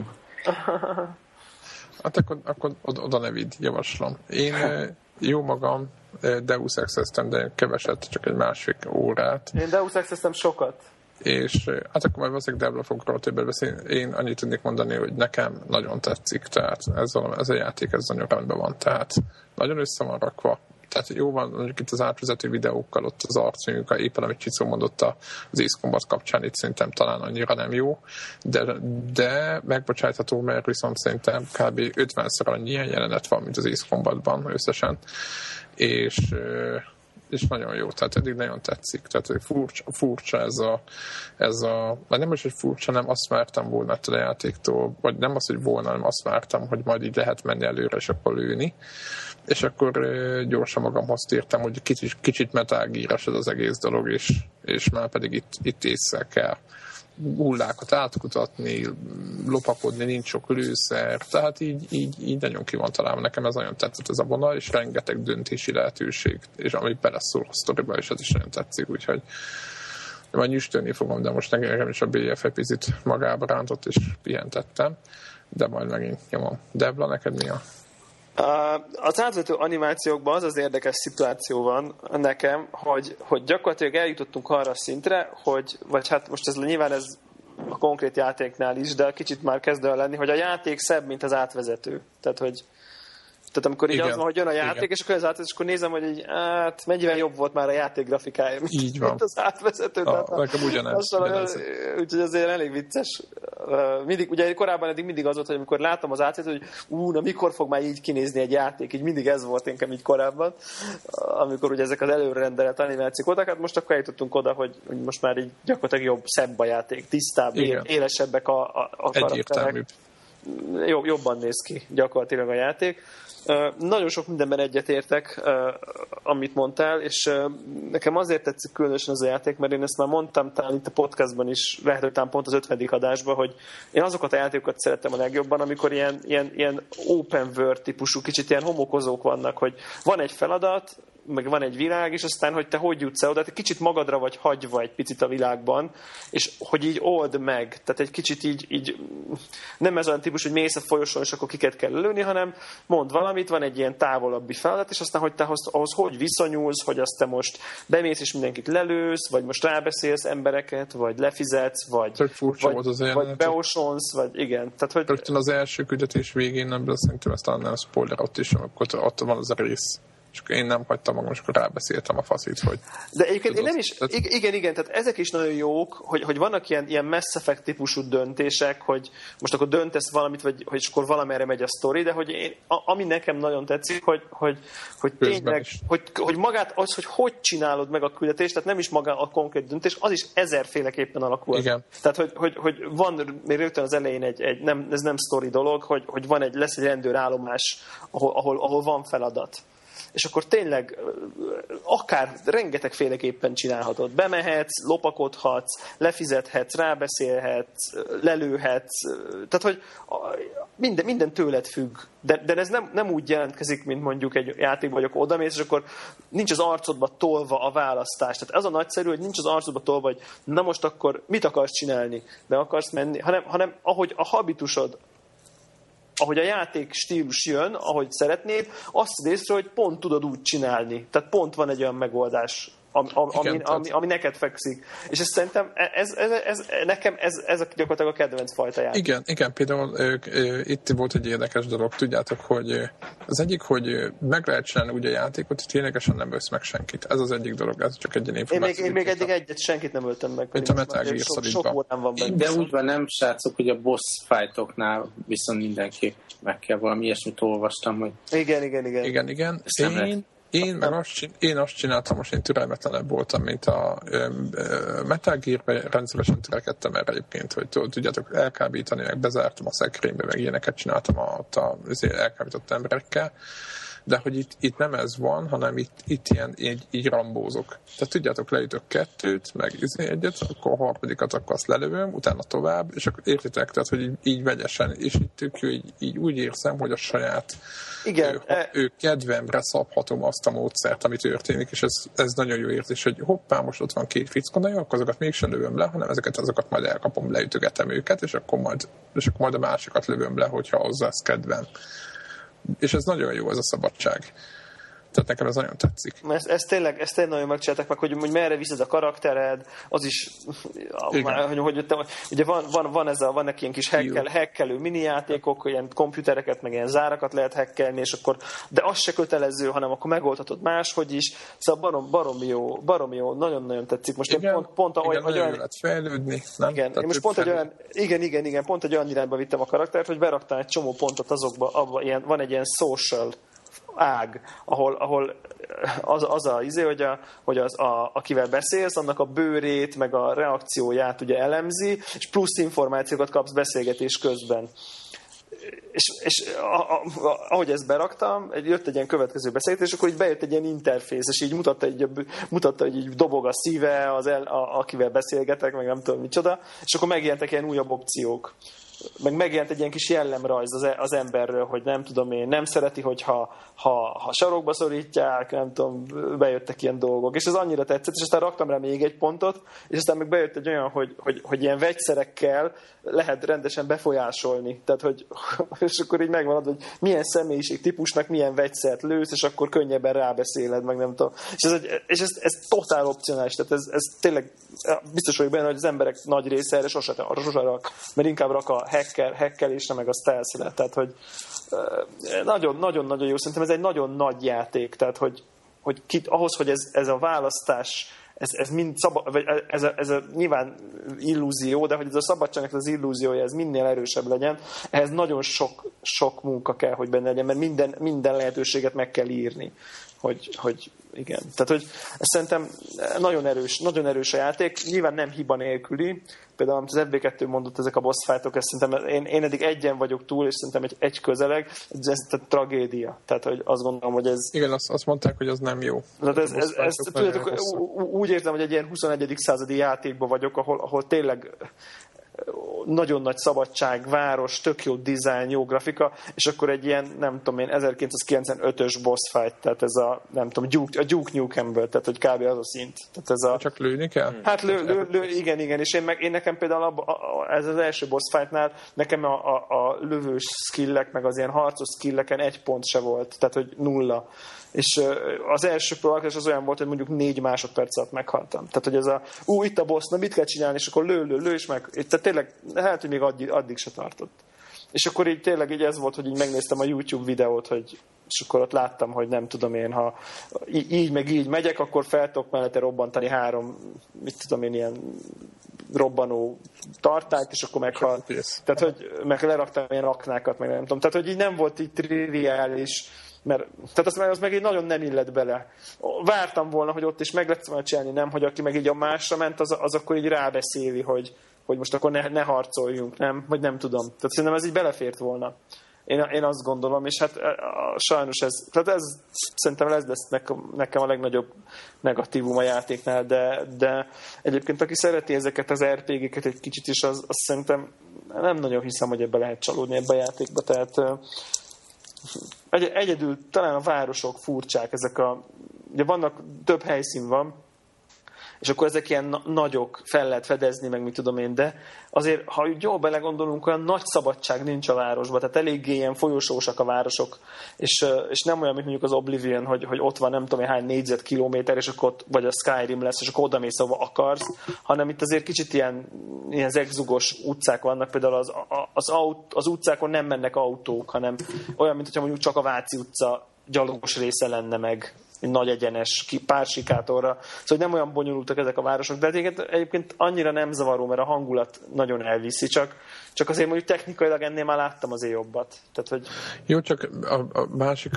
Hát akkor, akkor oda ne vidd, javaslom. Én jó magam Deus Ex-eztem, de keveset, csak egy másfél órát. Én Deus Ex-eztem sokat. És hát akkor majd valószínűleg Debla fog róla többet beszélni. Én annyit tudnék mondani, hogy nekem nagyon tetszik, tehát ez a, ez a játék, ez nagyon rendben van, tehát nagyon össze van rakva. Tehát jó van, mondjuk itt az átvezető videókkal, ott az arcműnk, éppen amit Csicó mondott az Ace Combat kapcsán, itt szerintem talán annyira nem jó, de, de megbocsájtható, mert viszont szerintem kb. ötvenszer annyi ilyen jelenet van, mint az Ace Combatban összesen, és, és nagyon jó, tehát eddig nagyon tetszik, tehát furcsa, furcsa ez a, ez a, nem is, hogy furcsa, nem azt vártam volna ettől a játéktól, vagy nem az, hogy volna, hanem azt vártam, hogy majd így lehet menni előre, és akkor lőni. És akkor gyorsan magamhoz tértem, hogy kicsit, kicsit metágíras ez az egész dolog, és, és már pedig itt, itt észre kell hullákat átkutatni, lopakodni, nincs sok lőszer, tehát így, így, így nagyon ki van találva. Nekem ez nagyon tetszett ez a vonal, és rengeteg döntési lehetőség, és ami beleszól a sztoriba, és ez is nagyon tetszik, úgyhogy majd nyüstölni fogom, de most nekem is a bé ef egy picit magába rántott, és pihentettem, de majd megint nyomom. Debla, neked mi a... Az átvezető animációkban az az érdekes szituáció van nekem, hogy, hogy gyakorlatilag eljutottunk arra a szintre, hogy, vagy hát most ez nyilván ez a konkrét játéknál is, de kicsit már kezd el lenni, hogy a játék szebb, mint az átvezető. Tehát, hogy Tehát amikor így igen, az van, hogy jön a játék, igen, és akkor az átvezető, és akkor nézem, hogy így, hát mennyivel jobb volt már a játék grafikája, mint, így van, mint az átvezető. A, tehát, nekem ugyanez. ugyanez. Úgyhogy azért elég vicces. Mindig, ugye korábban eddig mindig az volt, hogy amikor látom az átvezetőt, hogy ú, na mikor fog már így kinézni egy játék, így mindig ez volt inkább így korábban, amikor ugye ezek az előre rendelt animációk voltak, hát most akkor eljutottunk oda, hogy most már így gyakorlatilag jobb, szebb a játék, tisztább, igen, élesebbek a, a, a karakterek. Jobb, jobban néz ki gyakorlatilag a játék. Uh, nagyon sok mindenben egyetértek, uh, amit mondtál, és uh, nekem azért tetszik különösen ez a játék, mert én ezt már mondtam talán itt a podcastban is, lehet, hogy talán pont az ötvedik adásban, hogy én azokat a játékokat szeretem a legjobban, amikor ilyen, ilyen, ilyen open world típusú, kicsit ilyen homokozók vannak, hogy van egy feladat, meg van egy világ, és aztán, hogy te hogy jutsz el oda, te kicsit magadra vagy hagyva egy picit a világban, és hogy így old meg, tehát egy kicsit így, így nem ez olyan típus, hogy mész a folyosón, és akkor kiket kell lőni, hanem mond valamit, van egy ilyen távolabbi feladat, és aztán, hogy te ahhoz, ahhoz hogy viszonyulsz, hogy azt te most bemész, és mindenkit lelősz, vagy most rábeszélsz embereket, vagy lefizetsz, vagy, vagy, vagy beosonsz, vagy igen. Tehát, hogy... Rögtön az első küldetés végén, ebből szerintem ezt talán nem spoiler ott is, akkor ott van az a rész. És én nem hagytam magam, és akkor rábeszéltem a faszit, hogy... De egyébként én nem is... Igen, igen, tehát ezek is nagyon jók, hogy, hogy vannak ilyen, ilyen Mass Effect típusú döntések, hogy most akkor döntesz valamit, vagy hogy akkor valamerre megy a sztori, de hogy én, ami nekem nagyon tetszik, hogy, hogy, hogy tényleg, hogy, hogy magát az, hogy hogy csinálod meg a küldetést, tehát nem is maga a konkrét döntés, az is ezerféleképpen alakul. Igen. Tehát, hogy, hogy, hogy van még rögtön az elején egy, egy nem, ez nem sztori dolog, hogy, hogy van egy, lesz egy rendőrállomás, ahol, ahol, ahol van feladat. És akkor tényleg akár rengetegféleképpen csinálhatod. Bemehetsz, lopakodhatsz, lefizethetsz, rábeszélhetsz, lelőhetsz. Tehát, hogy minden, minden tőled függ. De, de ez nem, nem úgy jelentkezik, mint mondjuk egy játékban, hogy akkor odamész, és akkor nincs az arcodba tolva a választás. Tehát az a nagyszerű, hogy nincs az arcodba tolva, hogy na most akkor mit akarsz csinálni? Be akarsz menni? Hanem, hanem ahogy a habitusod, ahogy a játék stílus jön, ahogy szeretnéd, azt észre, hogy pont tudod úgy csinálni. Tehát pont van egy olyan megoldás, ami, ami, Igen, ami, ami neked fekszik. És ez szerintem, ez, ez, ez, nekem ez, ez a gyakorlatilag a kedvenc fajta játék. Igen, igen, például ö, ö, itt volt egy érdekes dolog, tudjátok, hogy ö, az egyik, hogy ö, meg lehet csinálni úgy a játékot, hogy ténylegesen nem ölsz meg senkit. Ez az egyik dolog, ez csak egy ilyen információ. Én még, én még eddig egyet senkit nem öltem meg. Mint a Metal Gear Solidban. De úgy van, nem, srácok, hogy a boss fightoknál viszont mindenképp meg kell valami ilyesmit olvastam, hogy... Igen, igen, igen. Igen, igen. Én, én, meg azt, én azt csináltam, most én türelmetlenebb voltam, mint a ö, ö, Metal Gear-ben rendszeresen törekedtem erre egyébként, hogy tudjátok elkábítani, meg bezártam a szekrénybe, meg ilyeneket csináltam ott az elkábított emberekkel. De hogy itt, itt nem ez van, hanem itt, itt ilyen, így, így rambózok. Tehát tudjátok, leütök kettőt, meg izé egyet, akkor a harmadikat akkor azt lelövöm, utána tovább, és akkor értitek, tehát, hogy így, így vegyesen, és így tök jó, így, így úgy érzem, hogy a saját Igen, ő, e... ő kedvemre szabhatom azt a módszert, ami történik, és ez, ez nagyon jó érzés, hogy hoppá, most ott van két fickó, na jó, akkor azokat mégsem lövöm le, hanem ezeket azokat majd elkapom, leütögetem őket, és akkor majd, és akkor majd a másikat lövöm le, hogyha hozzá ez kedvem. És ez nagyon jó, ez a szabadság. Tehát nekem ez nagyon tetszik. Ezt, ezt, tényleg, ezt tényleg nagyon megcsináltak meg, hogy, hogy merre viszed a karaktered, az is, hogy, hogy te, ugye van, van, van ez a, vannak ilyen kis hekkel, hekkelő minijátékok, ilyen komputereket, meg ilyen zárakat lehet hekkelni, és akkor, de az se kötelező, hanem akkor megoldhatod máshogy is. Szóval barom, barom jó, barom jó, nagyon-nagyon tetszik. Most igen, pont, pont igen, olyan, nagyon olyan, jó lehet fejlődni. Nem? Igen, én most pont egy olyan, igen, igen, igen, pont egy olyan irányba vittem a karaktert, hogy beraktam egy csomó pontot azokba, abba, ilyen, van egy ilyen social ág, ahol, ahol az, az a izé, hogy, a, hogy az, a, akivel beszélsz, annak a bőrét, meg a reakcióját ugye elemzi, és plusz információkat kapsz beszélgetés közben. És, és a, a, a, ahogy ezt beraktam, jött egy ilyen következő beszélgetés, és akkor így bejött egy ilyen interfész, és így mutatta, így, mutatta hogy így dobog a szíve, az el, a, akivel beszélgetek, meg nem tudom micsoda, és akkor megjelentek ilyen újabb opciók. Meg megjelent egy ilyen kis jellemrajz az, az emberről, hogy nem tudom én, nem szereti, hogyha ha, ha sarokba szorítják, nem tudom, bejöttek ilyen dolgok. És ez annyira tetszett, és aztán raktam rá még egy pontot, és aztán meg bejött egy olyan, hogy, hogy, hogy ilyen vegyszerekkel lehet rendesen befolyásolni. Tehát, hogy és akkor így megvan, hogy milyen személyiség típusnak milyen vegyszert lősz, és akkor könnyebben rábeszéled, meg nem tudom. És ez, egy, és ez, ez totál opcionális, tehát ez, ez tényleg biztos vagyok benne, hogy az emberek nagy része erre sose, sose rak, mert inkább rak a hacker, hackelésre, meg a stealth-re. Tehát, hogy nagyon-nagyon jó. Szerintem ez egy nagyon nagy játék. Tehát, hogy, hogy kit, ahhoz, hogy ez, ez a választás, ez, ez mind szaba, vagy ez, a, ez a nyilván illúzió, de hogy ez a szabadságnak az illúziója, ez minél erősebb legyen, ehhez nagyon sok, sok munka kell, hogy benne legyen, mert minden, minden lehetőséget meg kell írni. Hogy, hogy igen. Tehát, hogy ez szerintem nagyon erős, nagyon erős a játék. Nyilván nem hiba nélküli. Például, amit az ef bé kettő mondott, ezek a boss fightok, ez szerintem, én, én eddig egyen vagyok túl, és szerintem egy, egy közeleg, ez, ez egy tragédia. Tehát, hogy azt gondolom, hogy ez... Igen, azt, azt mondták, hogy az nem jó. Tehát ez, ez, ez, tudjátok, úgy érzem, hogy egy ilyen huszonegyedik századi játékban vagyok, ahol, ahol tényleg nagyon nagy szabadság, város, tök jó dizájn, jó grafika, és akkor egy ilyen, nem tudom én, ezerkilencszázkilencvenötös boss fight, tehát ez a, nem tudom, Duke, a Duke Nukemből, tehát hogy kb. Az a szint. Tehát ez a, csak lőni kell? Hát lő, lő, lő, igen, igen, és én, meg, én nekem például abba, a, ez az első boss fightnál nekem a, a, a lövős skillek, meg az ilyen harcos skilleken egy pont se volt, tehát hogy nulla. És az első próbálkozás az olyan volt, hogy mondjuk négy másodperc alatt meghaltam. Tehát, hogy ez a, ú, itt a boss, na mit kell csinálni, és akkor lő, lő, lő, és meg, tehát tényleg, hát, hogy még addig, addig se tartott. És akkor így tényleg így ez volt, hogy így megnéztem a YouTube videót, hogy, és akkor ott láttam, hogy nem tudom én, ha így, így meg így megyek, akkor fel tudok mellette robbantani három, mit tudom én, ilyen robbanó tartályt, és akkor meghal. Tehát, hogy meg leraktam ilyen aknákat, meg nem tudom. Tehát, hogy így nem volt így triviális, mert tehát az meg, az meg így nagyon nem illett bele. Vártam volna, hogy ott is meg lehet volna csinálni, nem, hogy aki meg így a másra ment, az, az akkor így rábeszéli, hogy, hogy most akkor ne, ne harcoljunk, nem? Vagy nem tudom. Tehát szerintem ez így belefért volna. Én, én azt gondolom, és hát sajnos ez, tehát ez szerintem ez lesz nekem, nekem a legnagyobb negatívum a játéknál, de, de egyébként aki szereti ezeket az er pé géket egy kicsit is, az, az szerintem nem nagyon hiszem, hogy ebbe lehet csalódni ebbe a játékba, tehát egy, egyedül talán a városok furcsák, ezek a, ugye vannak, több helyszín van, és akkor ezek ilyen na- nagyok, fel lehet fedezni, meg mit tudom én, de azért, ha jól belegondolunk, olyan nagy szabadság nincs a városban, tehát eléggé ilyen folyosósak a városok, és, és nem olyan, mint mondjuk az Oblivion, hogy, hogy ott van nem tudom én hány négyzetkilométer, és akkor ott, vagy a Skyrim lesz, és akkor oda mész, ahova akarsz, hanem itt azért kicsit ilyen, ilyen zegzugos utcák vannak, például az, az, aut, az utcákon nem mennek autók, hanem olyan, mint hogyha mondjuk csak a Váci utca gyalogos része lenne meg, egy nagy egyenes, pár sikátorra. Szóval nem olyan bonyolultak ezek a városok, de egyébként annyira nem zavaró, mert a hangulat nagyon elviszi, csak, csak azért mondjuk technikailag ennél már láttam azért jobbat. Tehát, hogy... Jó, csak a, a másik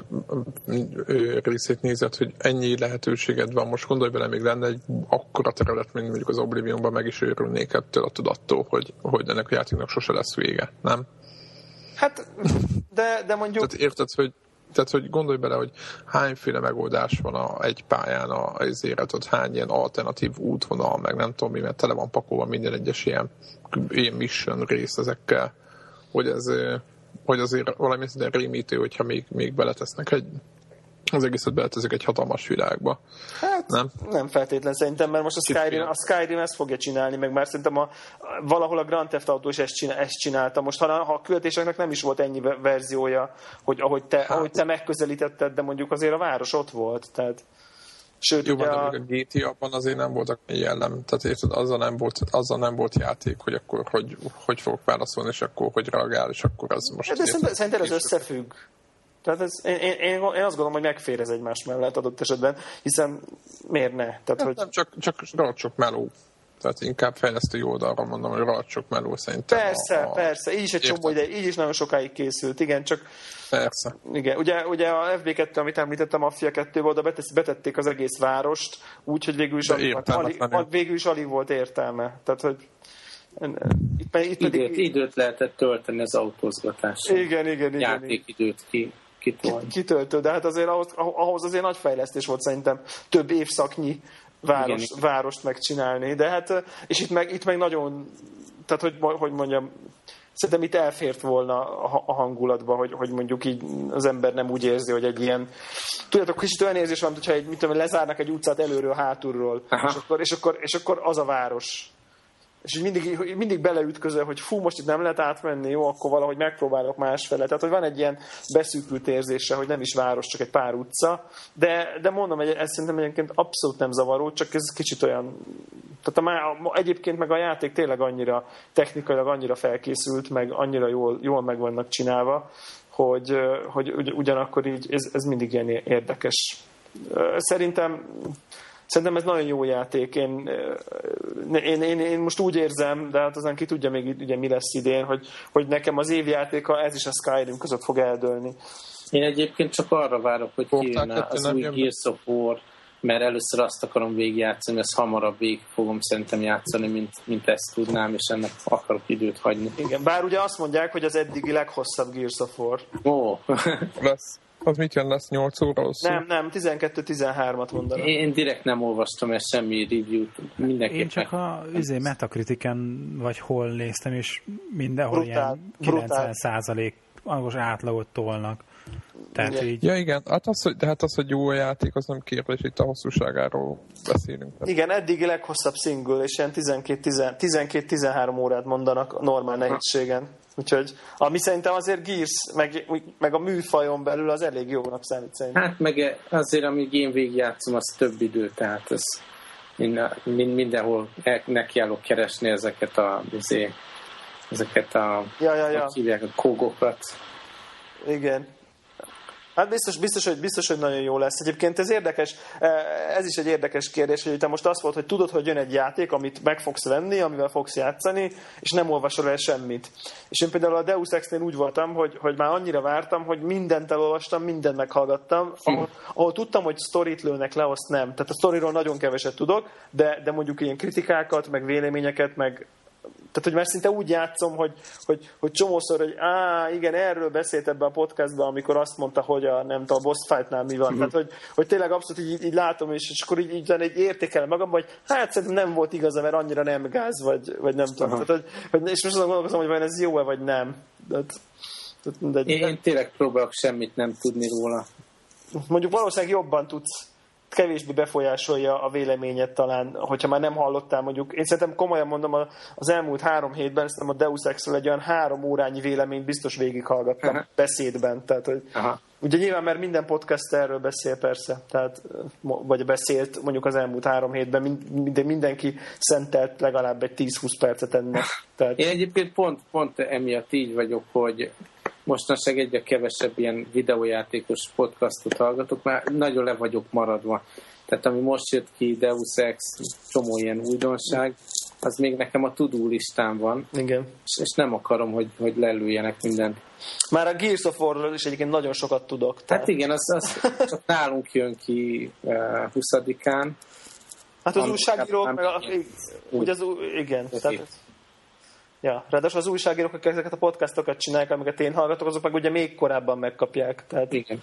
részét nézed, hogy ennyi lehetőséged van. Most gondolj bele, még lenne egy akkora terület, mint mondjuk az Oblivionban, meg is őrülnék ettől a tudattól, hogy, hogy ennek a játéknak sose lesz vége, nem? Hát, de, de mondjuk... Tehát érted, hogy Tehát, hogy gondolj bele, hogy hányféle megoldás van a, egy pályán az életod, hány ilyen alternatív útvonal, meg nem tudom mi, mert tele van pakolva minden egyes ilyen, ilyen mission rész ezekkel, hogy, ez, hogy azért valami szinte rémítő, hogyha még, még beletesznek egy, az egészet beleteszik egy hatalmas világba. Hát nem, nem feltétlen szerintem, mert most a Skyrim, a Skyrim ezt fogja csinálni, meg már szerintem a, valahol a Grand Theft Auto is ezt, csinál, ezt csinálta. Most ha, ha a küldetéseknek nem is volt ennyi verziója, hogy ahogy te, hát. ahogy te megközelítetted, de mondjuk azért a város ott volt. Tehát, sőt, jó, ugye a... a gé té á-ban azért nem voltak jellem. Tehát érted, azzal nem volt, azzal nem volt játék, hogy akkor hogy, hogy fogok válaszolni, és akkor hogy reagál, és akkor az most... De szerintem, szerintem ez összefügg. Tehát ez, én, én, én azt gondolom, hogy megfér ez egymás mellett adott esetben, hiszen miért ne? Tehát, nem, hogy... nem, csak, csak rohadt sok meló. Tehát inkább fejlesztői oldalra mondom, hogy rohadt sok meló szerintem. Persze, a, a... persze. Így is egy csomó ide, így is nagyon sokáig készült. Igen, csak... Persze. Igen, ugye, ugye a ef bé kettő, amit említettem, a Mafia kettőben, oda betették az egész várost, úgy, hogy végül is, alig, alig, végül is alig volt értelme. Tehát, hogy itt, itt pedig... időt, időt lehetett tölteni az autózgatásra. Igen, igen, igen. Játékidőt ki. Kitöltő, de hát azért ahhoz, ahhoz azért nagy fejlesztés volt szerintem több évszaknyi város, igen, várost megcsinálni, de hát, és itt meg, itt meg nagyon, tehát hogy, hogy mondjam, szerintem itt elfért volna a hangulatba, hogy, hogy mondjuk így az ember nem úgy érzi, hogy egy ilyen, tudjátok, kicsit olyan érzés van, hogyha egy, mit tudom, lezárnak egy utcát előről, hátulról, és akkor, és, akkor, és akkor az a város. És mindig, mindig beleütközöl, hogy fú, most itt nem lehet átmenni, jó, akkor valahogy megpróbálok másfele. Tehát, hogy van egy ilyen beszűkült érzése, hogy nem is város, csak egy pár utca. De, de mondom, ez szerintem egyébként abszolút nem zavaró, csak ez kicsit olyan... Tehát a, egyébként meg a játék tényleg annyira, technikailag annyira felkészült, meg annyira jól, jól meg vannak csinálva, hogy, hogy ugyanakkor így ez, ez mindig ilyen érdekes. Szerintem... Szerintem ez nagyon jó játék. Én, én, én, én most úgy érzem, de hát aztán ki tudja még ugye, mi lesz idén, hogy, hogy nekem az évjátéka ez is a Skyrim között fog eldőlni. Én egyébként csak arra várok, hogy kijönne az új Gears of War, mert először azt akarom végigjátszani, ezt hamarabb végig fogom szerintem játszani, mint, mint ezt tudnám, és ennek akarok időt hagyni. Igen, bár ugye azt mondják, hogy az eddigi leghosszabb Gears of War. Ó. lesz. Az mit jön lesz, nyolc óra hosszú? Nem, nem, tizenkettő tizenhármat mondanak. Én direkt nem olvastam el semmi review-t. Mindenképpen. Én csak a üzé Metacritiken vagy hol néztem, és mindenhol Brutál, ilyen kilencven százalékos átlagot tolnak. Tehát igen. így... Ja igen, hát az, hogy, de hát az, hogy jó a játék, az nem kérdés, itt a hosszúságáról beszélünk. Igen, eddig leghosszabb single, és ilyen tizenkét tizenhárom órát mondanak normál nehézségen. Úgyhogy, ami szerintem azért Gears, meg, meg a műfajon belül az elég jónak számít szerintem. Hát meg azért, amíg én végigjátszom, az több idő, tehát ez minden, mindenhol nekiállok keresni ezeket a ezeket a, ja, ja, ja. hívják a kógokat. Igen. Hát biztos, biztos, hogy, biztos, hogy nagyon jó lesz. Egyébként ez érdekes, ez is egy érdekes kérdés, hogy te most azt volt, hogy tudod, hogy jön egy játék, amit meg fogsz venni, amivel fogsz játszani, és nem olvasol el semmit. És én például a Deus Ex-nél úgy voltam, hogy, hogy már annyira vártam, hogy mindent elolvastam, mindent meghallgattam, ahol, ahol tudtam, hogy sztorit lőnek le, azt nem. Tehát a sztoriról nagyon keveset tudok, de, de mondjuk ilyen kritikákat, meg véleményeket, meg tehát, hogy már szinte úgy játszom, hogy, hogy, hogy csomószor, hogy á, igen, erről beszélt ebben a podcastban, amikor azt mondta, hogy a, nem tudom, a boss fightnál mi van. Uh-huh. Tehát, hogy, hogy tényleg abszolút így, így látom, és, és akkor így, így, így értékelem magamban, hogy hát szerintem nem volt igaza, mert annyira nem gáz, vagy, vagy nem tudom. Uh-huh. Tehát, hogy, hogy, és most azon gondolkozom, hogy vajon ez jó-e, vagy nem. Tehát, tehát, de, én, én tényleg próbálok semmit nem tudni róla. Mondjuk valószínűleg jobban tudsz, kevésbé befolyásolja a véleményet talán, hogyha már nem hallottál mondjuk. Én szerintem komolyan mondom, az elmúlt három hétben szerintem a Deus Ex-ről egy olyan három órányi véleményt biztos végighallgattam Aha. beszédben. Tehát, hogy ugye nyilván, mert minden podcast erről beszél persze, tehát, vagy beszélt mondjuk az elmúlt három hétben, mind, mindenki szentelt legalább egy tíz-húsz percet ennek. Tehát... Én egyébként pont, pont emiatt így vagyok, hogy mostanság egyre kevesebb ilyen videójátékos podcastot hallgatok, mert nagyon le vagyok maradva. Tehát ami most jött ki, Deus Ex, csomó ilyen újdonság, az még nekem a to-do listán van. Igen. És, és nem akarom, hogy, hogy lelőjenek mindent. Már a Gears of War-ról is egyébként nagyon sokat tudok. Tehát... Hát igen, az, az csak nálunk jön ki uh, huszadikán. Hát az újságírók, meg a... Úgy az, igen, okay. Tehát... Ja, ráadásul az újságírók, akik ezeket a podcastokat csinálják, amiket én hallgatok, azok meg ugye még korábban megkapják. Tehát... Igen.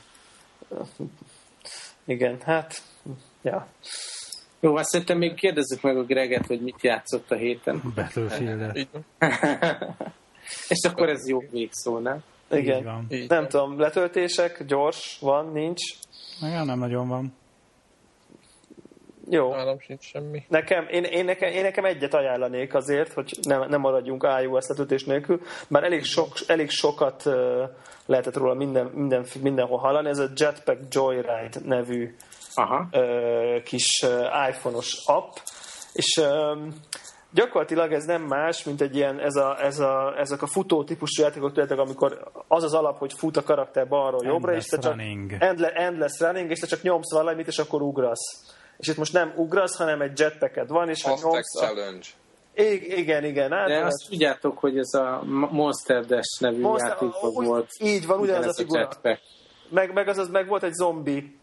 Igen, hát... Ja. Jó, azt szerintem még kérdezzük meg a Greget, hogy mit játszott a héten. Battlefield-et. És akkor ez jó végszó, nem? Igen. Nem tudom, letöltések, gyors, van, nincs? Igen, nem nagyon van. Jó. Nálam sincs semmi. Nekem, én, én, nekem, én nekem egyet ajánlanék azért, hogy nem, nem maradjunk iOS letöltés nélkül, bár elég, sok, elég sokat uh, lehetett róla minden, minden, mindenhol hallani. Ez a Jetpack Joyride nevű Aha. Uh, kis uh, iPhone-os app, és uh, gyakorlatilag ez nem más, mint egy ilyen, ez a, ez a, ezek a futó típusú játékok, tudjátok, amikor az az alap, hogy fut a karakter balról jobbra, és te csak endless, endless running, és te csak nyomsz valamit, és akkor ugrasz. És itt most nem ugrasz, hanem egy jetpacked van, és a nyomsz... Challenge. I- igen, igen. Hát, de azt tudjátok, hogy ez a Monster Dash nevű Monster... játékban úgy, volt. Így van, ugyanaz a figura. A meg, meg, az, az, meg volt egy zombi.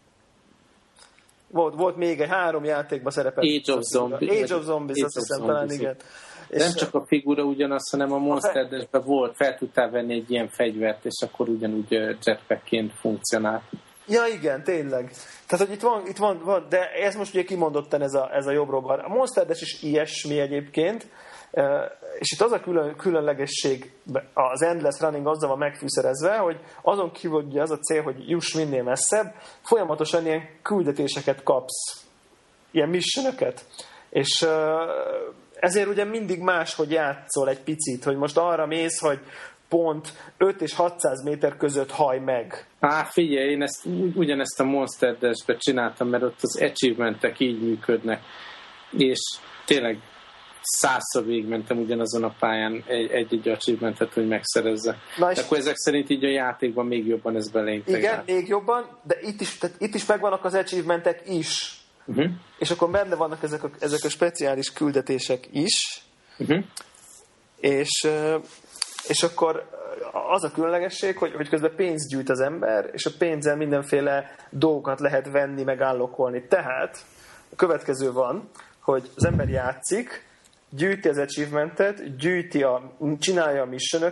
Volt, volt még egy három játékban szerepelt. Age of Zombies. Age of Zombies, Age azt of hiszem zombies. Talán, igen. Nem és csak a figura ugyanaz, hanem a Monster Dash-ben volt, fel tudtál venni egy ilyen fegyvert, és akkor ugyanúgy jetpackként funkcionál. Ja, igen, tényleg. Tehát, hogy itt van, itt van, van de ez most ugye kimondottan ez a, ez a jobb-robbar. A Monster Dash is ilyesmi egyébként, és itt az a külön, különlegesség, az endless running azzal van megfűszerezve, hogy azon kívül ugye az a cél, hogy juss minél messzebb, folyamatosan ilyen küldetéseket kapsz, ilyen missionöket. És ezért ugye mindig máshogy játszol egy picit, hogy most arra mész, hogy pont öt és hatszáz méter között haj meg. Á, figyelj, én ezt, ugyanezt a Monster Dash-be csináltam, mert ott az achievementek így működnek, és tényleg százszor végigmentem ugyanazon a pályán egy-egy achievementet, hogy megszerezze. Na de akkor ezek szerint így a játékban még jobban ez beleintegrál. Igen, még jobban, de itt is, tehát itt is megvannak az achievementek is. Uh-huh. És akkor benne vannak ezek a, ezek a speciális küldetések is. Uh-huh. És... És akkor az a különlegesség, hogy, hogy közben pénzt gyűjt az ember, és a pénzzel mindenféle dolgokat lehet venni, meg állokolni. Tehát a következő van, hogy az ember játszik, gyűjti az achievementet, gyűjti a, csinálja a missionöket,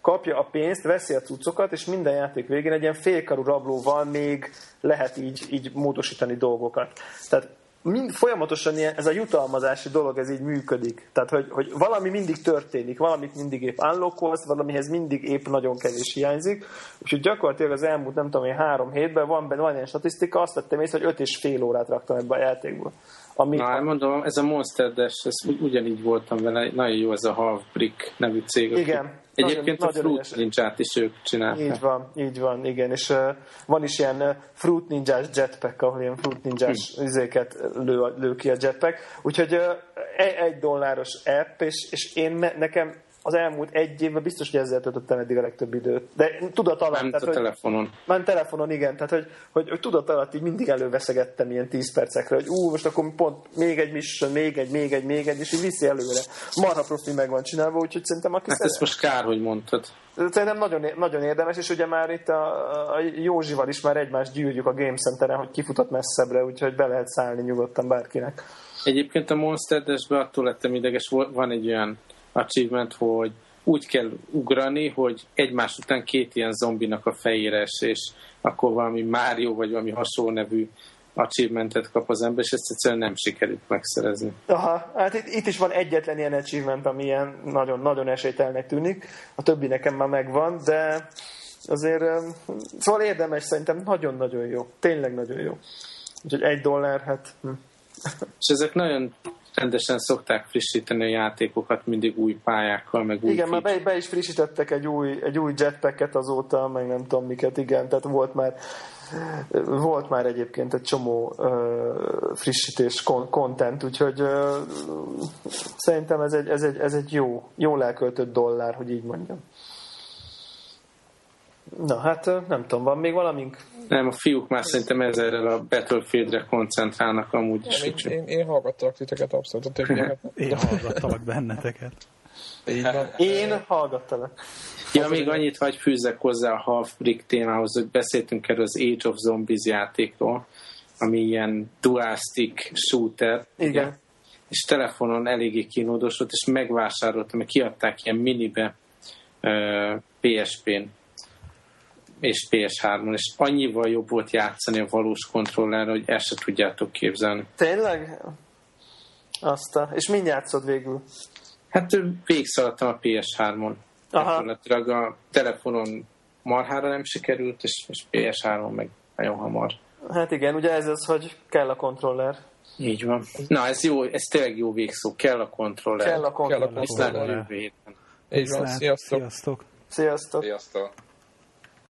kapja a pénzt, veszi a cuccokat, és minden játék végén egy ilyen félkarú rablóval még lehet így, így módosítani dolgokat. Tehát mind, folyamatosan ilyen, ez a jutalmazási dolog, ez így működik. Tehát, hogy, hogy valami mindig történik, valamit mindig épp unlockolsz, valamihez mindig épp nagyon kevés hiányzik. Úgyhogy gyakorlatilag az elmúlt, nem tudom én, három hétben van benne van ilyen statisztika, azt tettem észre, hogy öt és fél órát raktam ebbe a játékba. Ami Na, a... mondom, ez a Monster Dash, ez ugyanígy voltam vele, nagyon jó ez a Half Brick nevű cég. Igen. Egyébként nagyon, a Fruit Ninja-t is ők csinálták. Így van, így van, igen. És uh, van is ilyen uh, Fruit Ninja-s jetpack, ahol ilyen Fruit Ninja-s hm. izéket lő, lő ki a jetpack. Úgyhogy uh, egy dolláros app, és, és én me, nekem az elmúlt egy évben biztos, hogy ezzel töltöttem eddig a legtöbb időt. De tudat alatt. Nem tehát, a telefonon. Már telefonon, igen. Tehát, hogy, hogy, hogy tudat alatt így mindig előveszegettem ilyen tíz percekre, hogy ú, most akkor pont még egy mission, még egy, még egy, még egy, és így viszi előre. Marha profi meg van csinálva, úgyhogy szerintem aki... Hát ezt most kár, hogy mondtad. Szerintem nagyon, nagyon érdemes, és ugye már itt a, a Józsival is már egymást gyűrjük a Game Centeren, hogy kifutott messzebbre, úgyhogy be lehet szállni nyugodtan bárkinek. Egyébként a Monster Dash-ben attól lettem ideges, van egy olyan achievement, hogy úgy kell ugrani, hogy egymás után két ilyen zombinak a fejére es, és akkor valami Mario vagy valami hasonló nevű achievementet kap az ember, és ezt egyszerűen nem sikerült megszerezni. Aha, hát itt, itt is van egyetlen ilyen achievement, ami ilyen nagyon, nagyon esélytelnek tűnik. A többi nekem már megvan, de azért szóval érdemes, szerintem nagyon-nagyon jó. Tényleg nagyon jó. Úgyhogy egy dollár, hát... Hm. És ezek nagyon rendesen szokták frissíteni a játékokat mindig új pályákkal, meg új... Igen, már be, be is frissítettek egy új, egy új jetpacket azóta, meg nem tudom miket, igen, tehát volt már volt már egyébként egy csomó uh, frissítés, content, úgyhogy uh, szerintem ez egy, ez egy, ez egy jó, jól elköltött dollár, hogy így mondjam. Na hát nem tudom, van még valamink? Nem, a fiúk már szerintem ezerrel a Battlefieldre koncentrálnak amúgy is. Én, én, én hallgattalak titeket, abszolút a többieket. Én hallgattalak benneteket. Én hallgattalak. Ja, még annyit hagy fűzzek hozzá a Half Brick témához, hogy beszéltünk erről az Age of Zombies játékról, ami ilyen dual stick shooter. Igen. És telefonon eléggé kínódos volt, és megvásároltam, mert kiadták ilyen minibe uh, pé es pén és pé es hármon, és annyival jobb volt játszani a valós kontrollerre, hogy ezt se tudjátok képzelni. Tényleg? Aztán. És mind játszod végül? Hát végigszaladtam a pé es hármon. Gyakorlatilag a telefonon marhára nem sikerült, és, és pé es hármon meg nagyon hamar. Hát igen, ugye ez az, hogy kell a kontroller. Így van. Na, ez jó, ez tényleg jó végszó. Kell a kontroller. Kell a kontroller. Viszlát a jövő héten. Így van, sziasztok. Sziasztok. Sziasztok. Sziasztok.